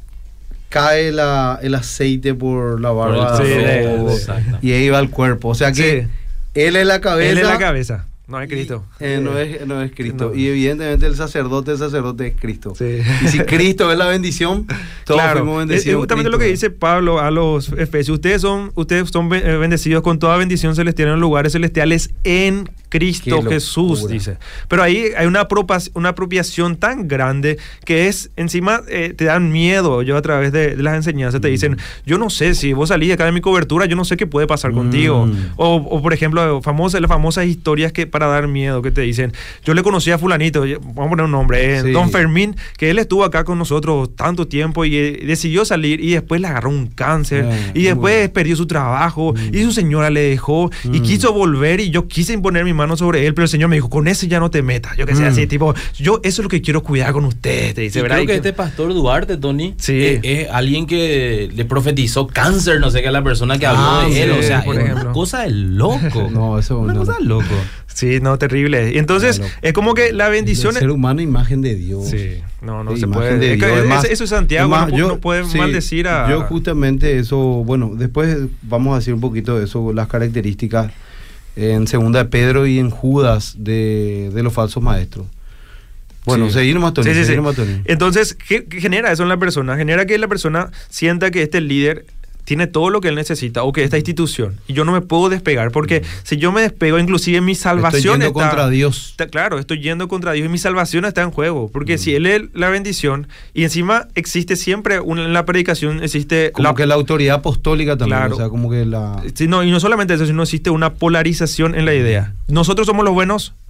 cae la, el aceite por la barba. Sí, de, y ahí va el cuerpo. O sea que sí. él es la cabeza. Él es la cabeza. No es Cristo. Y, eh, no, es, no es Cristo. No. Y evidentemente el sacerdote, el sacerdote es Cristo. Sí. Y si Cristo es la bendición, todos claro. fuimos bendecidos. Es justamente Cristo, lo que dice Pablo a los Efesios. Ustedes son, ustedes son bendecidos con toda bendición celestial en los lugares celestiales en Cristo Jesús, dice. Pero ahí hay una, una apropiación tan grande que es, encima, eh, te dan miedo. Yo a través de, de las enseñanzas te dicen, yo no sé, si vos salís acá de mi cobertura, yo no sé qué puede pasar mm. contigo. O, o, por ejemplo, famosa, las famosas historias que para dar miedo, que te dicen, yo le conocí a fulanito, vamos a poner un nombre, eh, sí. Don Fermín, que él estuvo acá con nosotros tanto tiempo y eh, decidió salir y después le agarró un cáncer yeah, y después bueno. perdió su trabajo mm. y su señora le dejó mm. y quiso volver y yo quise imponer mi mano sobre él, pero el Señor me dijo, con ese ya no te metas. Yo que sé, mm. así, tipo, yo eso es lo que quiero cuidar con ustedes, te dice, y ¿verdad? Creo que este pastor Duarte, Tony, sí. es, es alguien que le profetizó cáncer, no sé qué, a la persona que habló ah, de él, sí, o sea, por es ejemplo. Una cosa de loco. No, eso una no. cosa de loco. Sí, no, terrible. Y entonces, claro. es como que la bendición... El ser humano, imagen de Dios. Sí, no, no sí, se puede... De es Dios. Que, es más, eso es Santiago, más, no, yo, no puede sí, maldecir a... Yo justamente eso, bueno, después vamos a decir un poquito de eso, las características en Segunda de Pedro y en Judas de, de los falsos maestros. Bueno, sí. seguir más, Tony. Sí, sí, seguir sí. más, Tony. Entonces, ¿qué, ¿qué genera eso en la persona? Genera que la persona sienta que este líder tiene todo lo que él necesita, o que esta institución, y yo no me puedo despegar, porque mm. si yo me despego, inclusive mi salvación estoy yendo está, contra Dios. Está, claro, estoy yendo contra Dios y mi salvación está en juego, porque mm. si él es la bendición, y encima existe siempre, una, en la predicación existe... Como la, que la autoridad apostólica también, claro. o sea, como que la... Sí, no, y no solamente eso, sino existe una polarización en la idea. Nosotros somos los buenos,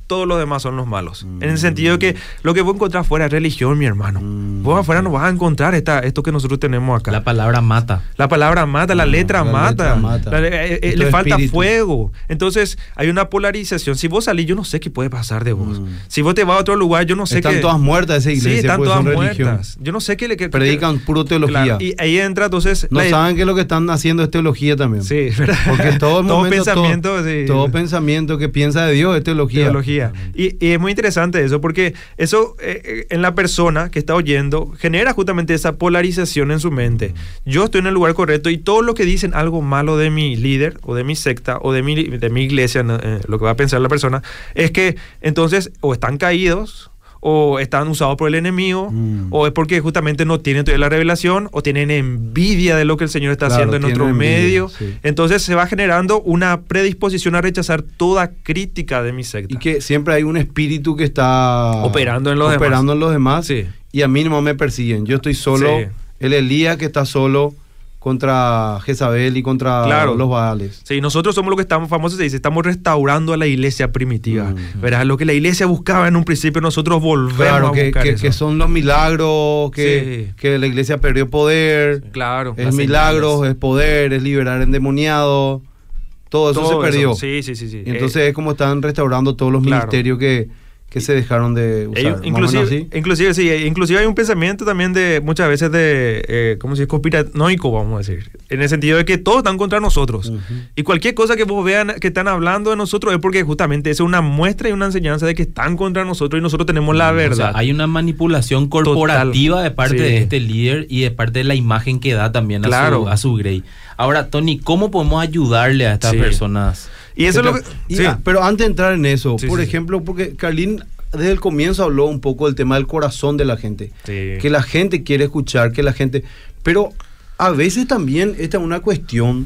todos los demás son los malos. Mm. En el sentido de que lo que vos encontrás afuera es religión, mi hermano. Mm. Vos afuera no vas a encontrar esta, esto que nosotros tenemos acá. La palabra mata. La palabra mata, la letra la mata. Letra mata. La, eh, eh, le falta espíritu. Fuego. Entonces, hay una polarización. Si vos salís, yo no sé qué puede pasar de vos. Mm. Si vos te vas a otro lugar, yo no sé qué... Están todas muertas esa iglesia. Sí, están pues todas son muertas. Religión. Yo no sé qué le... Que, Predican que, puro teología. Claro, y ahí entra, entonces... No la, saben que lo que están haciendo es teología también. Sí, ¿verdad? Porque todo el todo momento, pensamiento... Todo, sí. todo pensamiento que piensa de Dios es teología. Teología. Y, y es muy interesante eso, porque eso eh, en la persona que está oyendo genera justamente esa polarización en su mente. Yo estoy en el lugar correcto y todo lo que dicen algo malo de mi líder o de mi secta o de mi, de mi iglesia, eh, lo que va a pensar la persona, es que entonces o están caídos o están usados por el enemigo, mm. o es porque justamente no tienen todavía la revelación, o tienen envidia de lo que el Señor está claro, haciendo en nuestro envidia, medio. Sí. Entonces se va generando una predisposición a rechazar toda crítica de mi secta. Y que siempre hay un espíritu que está operando en los operando demás. En los demás sí. Y a mí no me persiguen. Yo estoy solo, sí. El Elías que está solo contra Jezabel y contra claro. los Baales. Sí, nosotros somos lo que estamos famosos, se dice, estamos restaurando a la iglesia primitiva. Mm. ¿Verdad? Lo que la iglesia buscaba en un principio, nosotros volvemos claro, a que, buscar que, eso. que son los milagros, que, sí. que la iglesia perdió poder. Sí, claro. Es milagros, señales. Es poder, es liberar endemoniados. Todo eso todo se perdió. Eso. Sí, sí, sí, sí. Y entonces eh, es como están restaurando todos los claro. ministerios que... que se dejaron de usar. Ellos, inclusive, inclusive, sí, inclusive hay un pensamiento también de muchas veces de, eh, ¿cómo se dice? Conspiranoico, vamos a decir. En el sentido de que todos están contra nosotros. Uh-huh. Y cualquier cosa que vos vean que están hablando de nosotros es porque justamente es una muestra y una enseñanza de que están contra nosotros y nosotros tenemos la verdad. O sea, hay una manipulación corporativa Total. de parte sí. de este líder y de parte de la imagen que da también claro. a, su, a su grey. Ahora, Tony, ¿cómo podemos ayudarle a estas sí. personas? Y eso es lo que, y, sí. ah, pero antes de entrar en eso, sí, por sí, ejemplo, sí. porque Carlín desde el comienzo habló un poco del tema del corazón de la gente. Sí. Que la gente quiere escuchar, que la gente... Pero a veces también esta es una cuestión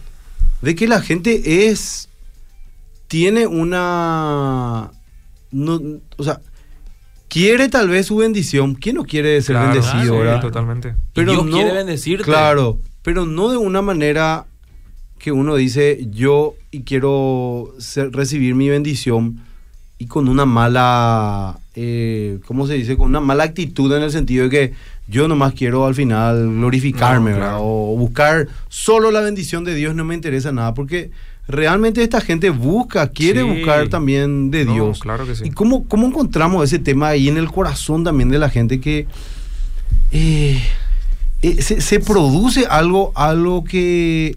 de que la gente es... Tiene una... No, o sea, quiere tal vez su bendición. ¿Quién no quiere ser claro, bendecido? Ah, sí, ¿verdad? Totalmente. Pero Dios no, quiere bendecirte. Claro, pero no de una manera que uno dice yo y quiero ser, recibir mi bendición y con una mala, eh, ¿cómo se dice? Con una mala actitud en el sentido de que yo nomás quiero al final glorificarme, no, claro. ¿verdad? O buscar solo la bendición de Dios, no me interesa nada, porque realmente esta gente busca, quiere sí. buscar también de no, Dios. Claro que sí. ¿Y cómo, cómo encontramos ese tema ahí en el corazón también de la gente que eh, eh, se, se produce algo, algo que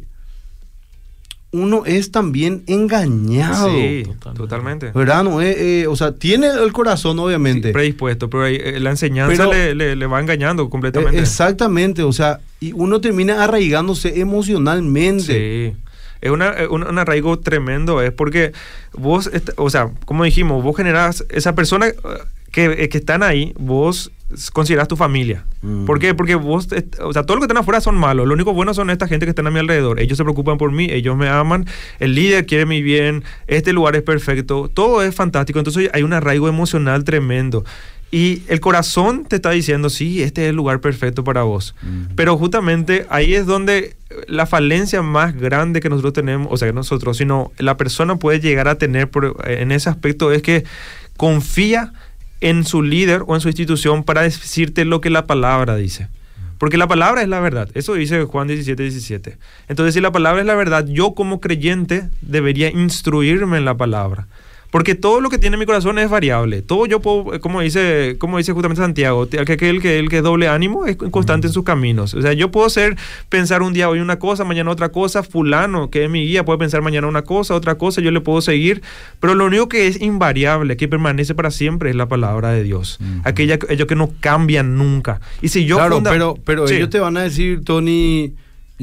uno es también engañado? Sí, totalmente. ¿Verdad? No, eh, eh, o sea, tiene el corazón obviamente. Sí, predispuesto, pero eh, la enseñanza pero, le, le, le va engañando completamente. Eh, exactamente, o sea, y uno termina arraigándose emocionalmente. Sí. Es una, un, un arraigo tremendo, es porque vos, o sea, como dijimos, vos generás, esa persona que, que están ahí, vos considerás tu familia. Mm. ¿Por qué? Porque vos, o sea, todo lo que están afuera son malos, lo único bueno son esta gente que están a mi alrededor, ellos se preocupan por mí, ellos me aman, el líder quiere mi bien, este lugar es perfecto, todo es fantástico, entonces hay un arraigo emocional tremendo. Y el corazón te está diciendo, sí, este es el lugar perfecto para vos. Mm. Pero justamente ahí es donde la falencia más grande que nosotros tenemos, o sea, que nosotros, sino la persona puede llegar a tener por, en ese aspecto, es que confía en su líder o en su institución para decirte lo que la palabra dice. Porque la palabra es la verdad. Eso dice Juan diecisiete, diecisiete. Entonces, si la palabra es la verdad, yo como creyente debería instruirme en la palabra. Porque todo lo que tiene mi corazón es variable. Todo yo puedo, como dice, como dice justamente Santiago, que aquel que el que es doble ánimo es constante en sus caminos. O sea, yo puedo ser, pensar un día hoy una cosa, mañana otra cosa. Fulano, que es mi guía, puede pensar mañana una cosa, otra cosa, yo le puedo seguir. Pero lo único que es invariable, que permanece para siempre, es la palabra de Dios. Uh-huh. Aquella, aquello que no cambia nunca. Y si yo claro, funda... pero, pero sí. ellos te van a decir, Tony,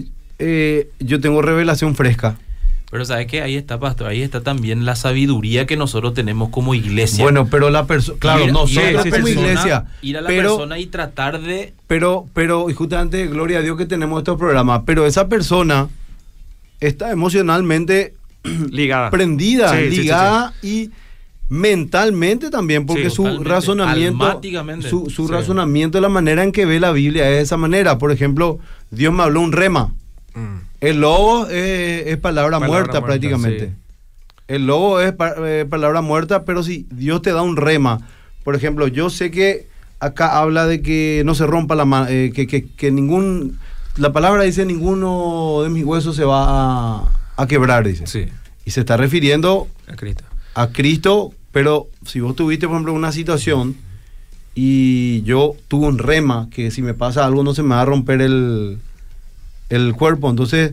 eh, yo tengo revelación fresca. Pero ¿sabes qué? Ahí está, pastor, ahí está también la sabiduría que nosotros tenemos como iglesia. Bueno, pero la persona, claro, ir, nosotros ir como persona, iglesia. Ir a la pero, persona y tratar de... Pero, pero, y justamente, gloria a Dios que tenemos estos programas, pero esa persona está emocionalmente ligada, prendida, sí, ligada sí, sí, sí. y mentalmente también, porque sí, su razonamiento, su, su sí. razonamiento, la manera en que ve la Biblia es de esa manera. Por ejemplo, Dios me habló un rema. Mm. El lobo es, es palabra, palabra muerta, muerta prácticamente. Sí. El lobo es pa, eh, palabra muerta, pero si Dios te da un rema, por ejemplo, yo sé que acá habla de que no se rompa la mano, eh, que, que, que ningún, la palabra dice ninguno de mis huesos se va a, a quebrar, dice. Sí. Y se está refiriendo A Cristo. a Cristo, pero si vos tuviste, por ejemplo, una situación y yo tuve un rema, que si me pasa algo no se me va a romper el, el cuerpo, entonces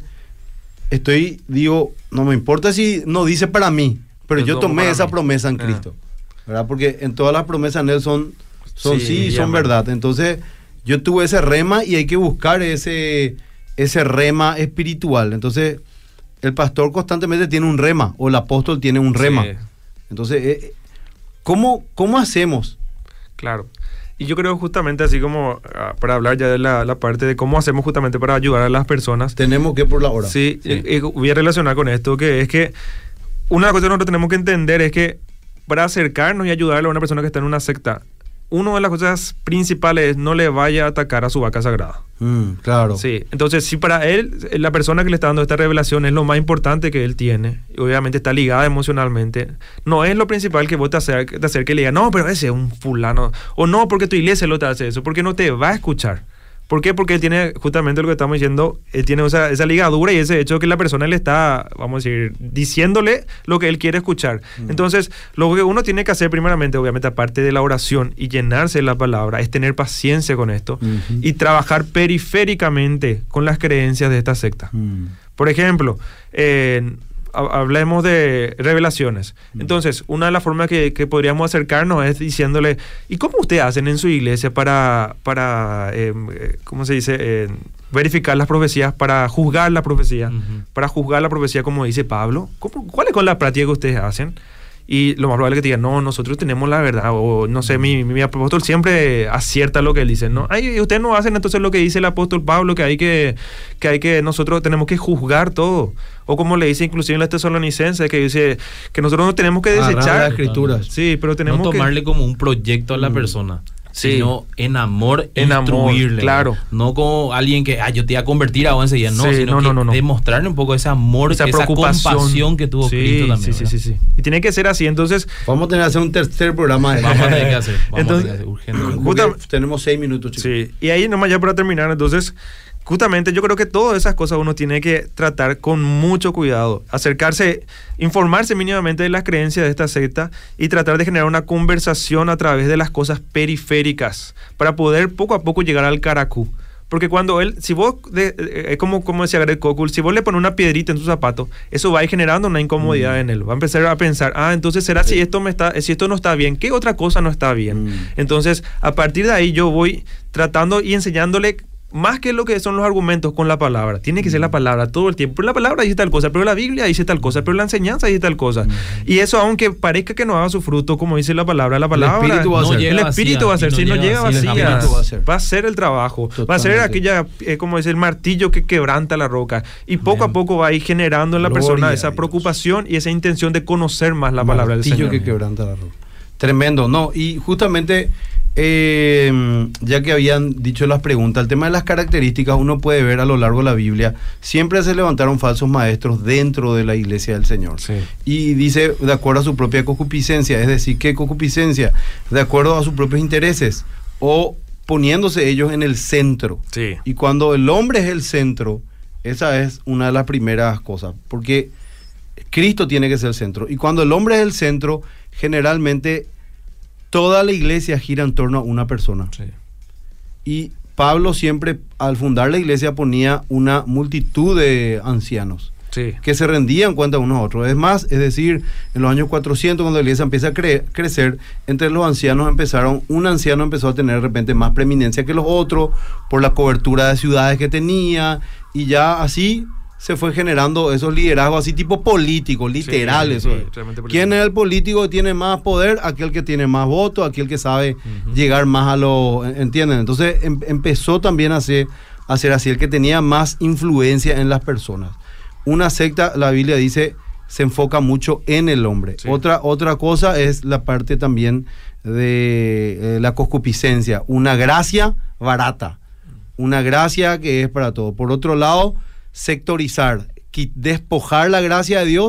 estoy, digo, no me importa si no dice para mí, pero yo, yo tomé esa mí. promesa en Cristo, ah. ¿verdad? Porque en todas las promesas en Él son, son sí, sí y son verdad. Entonces yo tuve ese rema y hay que buscar ese, ese rema espiritual. Entonces el pastor constantemente tiene un rema, o el apóstol tiene un rema. Sí. Entonces, eh, ¿cómo, ¿cómo hacemos? Claro. Y yo creo justamente así como, uh, para hablar ya de la, la parte de cómo hacemos justamente para ayudar a las personas. Tenemos que por la hora. Sí, sí. Eh, eh, voy a relacionar con esto, que es que una cosa que nosotros tenemos que entender es que para acercarnos y ayudarle a una persona que está en una secta, una de las cosas principales es no le vaya a atacar a su vaca sagrada. Mm, claro. Sí, entonces si para él, la persona que le está dando esta revelación es lo más importante que él tiene, y obviamente está ligada emocionalmente, no es lo principal que vos te acerques, te acerques y le digas, no, pero ese es un fulano, o no, porque tu iglesia lo te hace eso, porque no te va a escuchar. ¿Por qué? Porque él tiene justamente lo que estamos diciendo, él tiene esa, esa ligadura y ese hecho que la persona le está, vamos a decir, diciéndole lo que él quiere escuchar. Mm. Entonces, lo que uno tiene que hacer primeramente, obviamente, aparte de la oración y llenarse de la palabra, es tener paciencia con esto mm-hmm. y trabajar periféricamente con las creencias de esta secta. Mm. Por ejemplo, eh, hablemos de revelaciones. Entonces, una de las formas que, que podríamos acercarnos es diciéndole, ¿y cómo ustedes hacen en su iglesia para, para eh, ¿cómo se dice? Eh, verificar las profecías, para juzgar la profecía, uh-huh. para juzgar la profecía como dice Pablo? ¿Cómo, ¿Cuál es con la práctica que ustedes hacen? Y lo más probable es que te digan, no, nosotros tenemos la verdad, o no sé, mi, mi apóstol siempre acierta lo que él dice, ¿no? Ay, ustedes no hacen entonces lo que dice el apóstol Pablo, que hay que, que hay que, nosotros tenemos que juzgar todo. O como le dice inclusive en los tesalonicenses, que dice que nosotros no tenemos que desechar las escrituras. Sí, pero tenemos no tomarle que... como un proyecto a la mm. persona. Sí. Sino en amor, en instruirle, amor, claro. No como alguien que, ah, yo te iba a convertir a vos enseguida, no, sí, sino no, que no, no, no. demostrarle un poco ese amor, esa, esa compasión que tuvo sí, Cristo también. Sí, sí, sí, sí. Y tiene que ser así, entonces... Vamos a tener que hacer un tercer programa. De vamos a tener que hacer, vamos entonces, a tener que hacer urgente. Tenemos seis minutos, chicos. Sí, y ahí nomás ya para terminar, entonces... Justamente yo creo que todas esas cosas uno tiene que tratar con mucho cuidado, acercarse, informarse mínimamente de las creencias de esta secta y tratar de generar una conversación a través de las cosas periféricas para poder poco a poco llegar al caracú. Porque cuando él, si vos, es eh, como, como decía Greg Koukl, si vos le pones una piedrita en tu zapato, eso va a ir generando una incomodidad mm. en él. Va a empezar a pensar, ah, entonces será sí. si esto me está, si esto no está bien, ¿qué otra cosa no está bien? Mm. Entonces, a partir de ahí yo voy tratando y enseñándole más que lo que son los argumentos con la palabra. Tiene que ser la palabra todo el tiempo. Pero la palabra dice tal cosa, pero la Biblia dice tal cosa, pero la enseñanza dice tal cosa. Mm. Y eso, aunque parezca que no haga su fruto, como dice la palabra, la palabra... El espíritu va a no ser. El espíritu va a ser. Si no llega vacía, va a ser. va a ser el trabajo. Totalmente. Va a ser aquella, eh, como dice, el martillo que quebranta la roca. Y poco Bien. a poco va a ir generando en la Gloria persona esa preocupación y esa intención de conocer más la palabra del Señor. Martillo que quebranta la roca. Tremendo. No, y justamente... Eh, ya que habían dicho las preguntas, el tema de las características uno puede ver a lo largo de la Biblia, siempre se levantaron falsos maestros dentro de la iglesia del Señor. Sí. Y dice, de acuerdo a su propia concupiscencia, es decir, ¿qué concupiscencia? De acuerdo a sus propios intereses o poniéndose ellos en el centro. Sí. Y cuando el hombre es el centro, esa es una de las primeras cosas, porque Cristo tiene que ser el centro. Y cuando el hombre es el centro, generalmente toda la iglesia gira en torno a una persona. Sí. Y Pablo siempre, al fundar la iglesia, ponía una multitud de ancianos sí. que se rendían cuenta unos a otros. Es más, es decir, en los años cuatrocientos, cuando la iglesia empieza a cre- crecer, entre los ancianos empezaron, un anciano empezó a tener de repente más preeminencia que los otros, por la cobertura de ciudades que tenía, y ya así se fue generando esos liderazgos así tipo políticos, literal. Sí, eso. Sí, ¿quién es el político que tiene más poder? Aquel que tiene más votos, aquel que sabe uh-huh. llegar más a los... ¿Entienden? Entonces em, empezó también a ser, a ser así, el que tenía más influencia en las personas. Una secta, la Biblia dice, se enfoca mucho en el hombre. Sí. Otra, otra cosa es la parte también de eh, la concupiscencia, una gracia barata, una gracia que es para todo. Por otro lado, sectorizar, despojar la gracia de Dios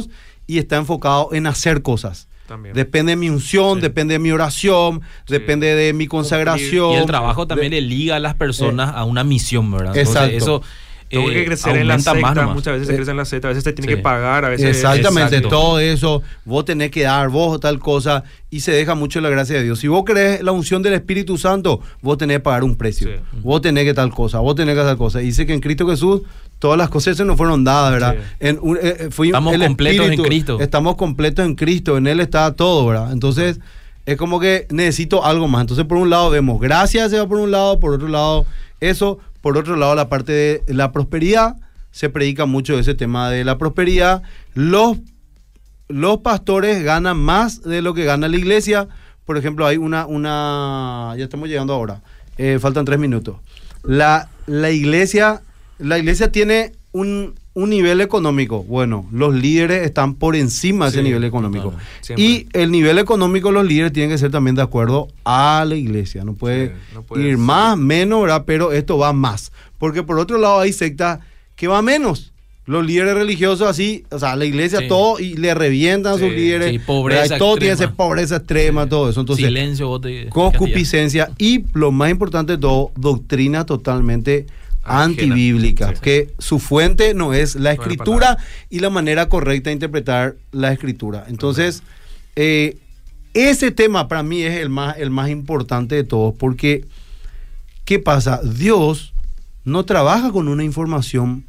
y está enfocado en hacer cosas. También. Depende de mi unción, sí. depende de mi oración, sí. depende de mi consagración. Y el trabajo también de, le liga a las personas eh, a una misión, ¿verdad? Entonces, exacto. Eso Tengo eh, que crecer en la secta, muchas veces se crece en la secta, a veces te tiene sí. que pagar, a veces... Exactamente, exacto. todo eso, vos tenés que dar, vos tal cosa, y se deja mucho la gracia de Dios. Si vos querés la unción del Espíritu Santo, vos tenés que pagar un precio, sí. vos tenés que tal cosa, vos tenés que tal cosa. Y dice que en Cristo Jesús todas las cosas se nos fueron dadas, ¿verdad? Sí. En un, eh, fui, estamos el completos Espíritu, en Cristo. Estamos completos en Cristo, en Él está todo, ¿verdad? Entonces, es como que necesito algo más. Entonces, por un lado vemos gracia, se va por un lado, por otro lado eso, por otro lado la parte de la prosperidad, se predica mucho ese tema de la prosperidad. Los, los pastores ganan más de lo que gana la iglesia. Por ejemplo, hay una, una ya estamos llegando ahora, eh, faltan tres minutos. La, la iglesia, la iglesia tiene un, un nivel económico. Bueno, los líderes están por encima de sí, ese nivel económico. Claro, y el nivel económico, los líderes tienen que ser también de acuerdo a la iglesia. No puede, sí, no puede ir ser. más, menos, ¿verdad? Pero esto va más. Porque por otro lado hay sectas que va menos. Los líderes religiosos así, o sea, la iglesia sí. todo y le revientan a sí, sus líderes. Sí, pobreza todo extrema. tiene esa pobreza extrema, sí. todo eso. Entonces, silencio, bote, concupiscencia y lo más importante de todo, doctrina totalmente Ajena. antibíblica, sí. que su fuente no es la escritura no y la manera correcta de interpretar la escritura. Entonces, eh, ese tema para mí es el más, el más importante de todos, porque ¿qué pasa? Dios no trabaja con una información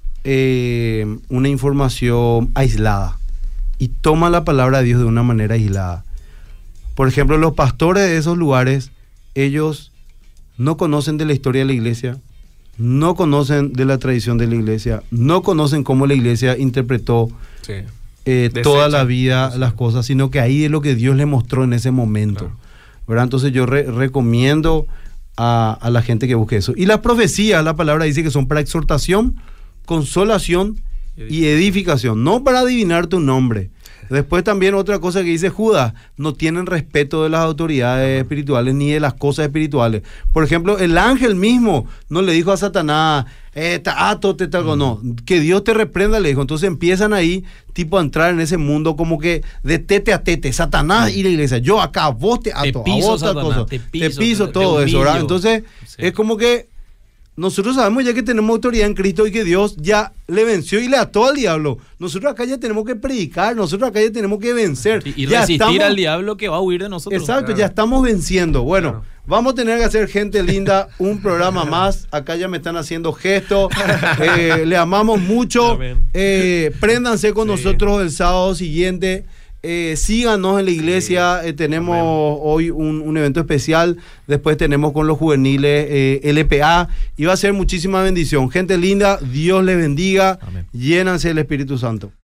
eh, una información aislada y toma la palabra de Dios de una manera aislada. Por ejemplo, los pastores de esos lugares, ellos no conocen de la historia de la iglesia, no conocen de la tradición de la iglesia, no conocen cómo la iglesia interpretó sí. eh, toda la vida sí. las cosas, sino que ahí es lo que Dios le mostró en ese momento. Claro. ¿Verdad? Entonces yo re- recomiendo A, a la gente que busque eso. Y las profecías, la palabra dice que son para exhortación, consolación y edificación, no para adivinar tu nombre. Después también otra cosa que dice Judas, no tienen respeto de las autoridades espirituales ni de las cosas espirituales. Por ejemplo, el ángel mismo no le dijo a Satanás, eh, ato, te talgo, no, que Dios te reprenda, le dijo. Entonces empiezan ahí, tipo, a entrar en ese mundo como que de tete a tete, Satanás y la iglesia, yo acá, vos te ato, te piso, a vos tal cosa, te piso, te piso te, todo te eso, ¿verdad? Entonces, sí. es como que nosotros sabemos ya que tenemos autoridad en Cristo y que Dios ya le venció y le ató al diablo. Nosotros acá ya tenemos que predicar, nosotros acá ya tenemos que vencer. Y, y ya resistir estamos, al diablo que va a huir de nosotros. Exacto, claro. ya estamos venciendo. Bueno, claro. vamos a tener que hacer, gente linda, un programa más. Acá ya me están haciendo gestos. Eh, le amamos mucho. Eh, préndanse con sí. nosotros el sábado siguiente. Eh, síganos en la iglesia, eh, tenemos Amén. hoy un, un evento especial, después tenemos con los juveniles eh, L P A y va a ser muchísima bendición. Gente linda, Dios les bendiga, Amén. Llénanse del Espíritu Santo.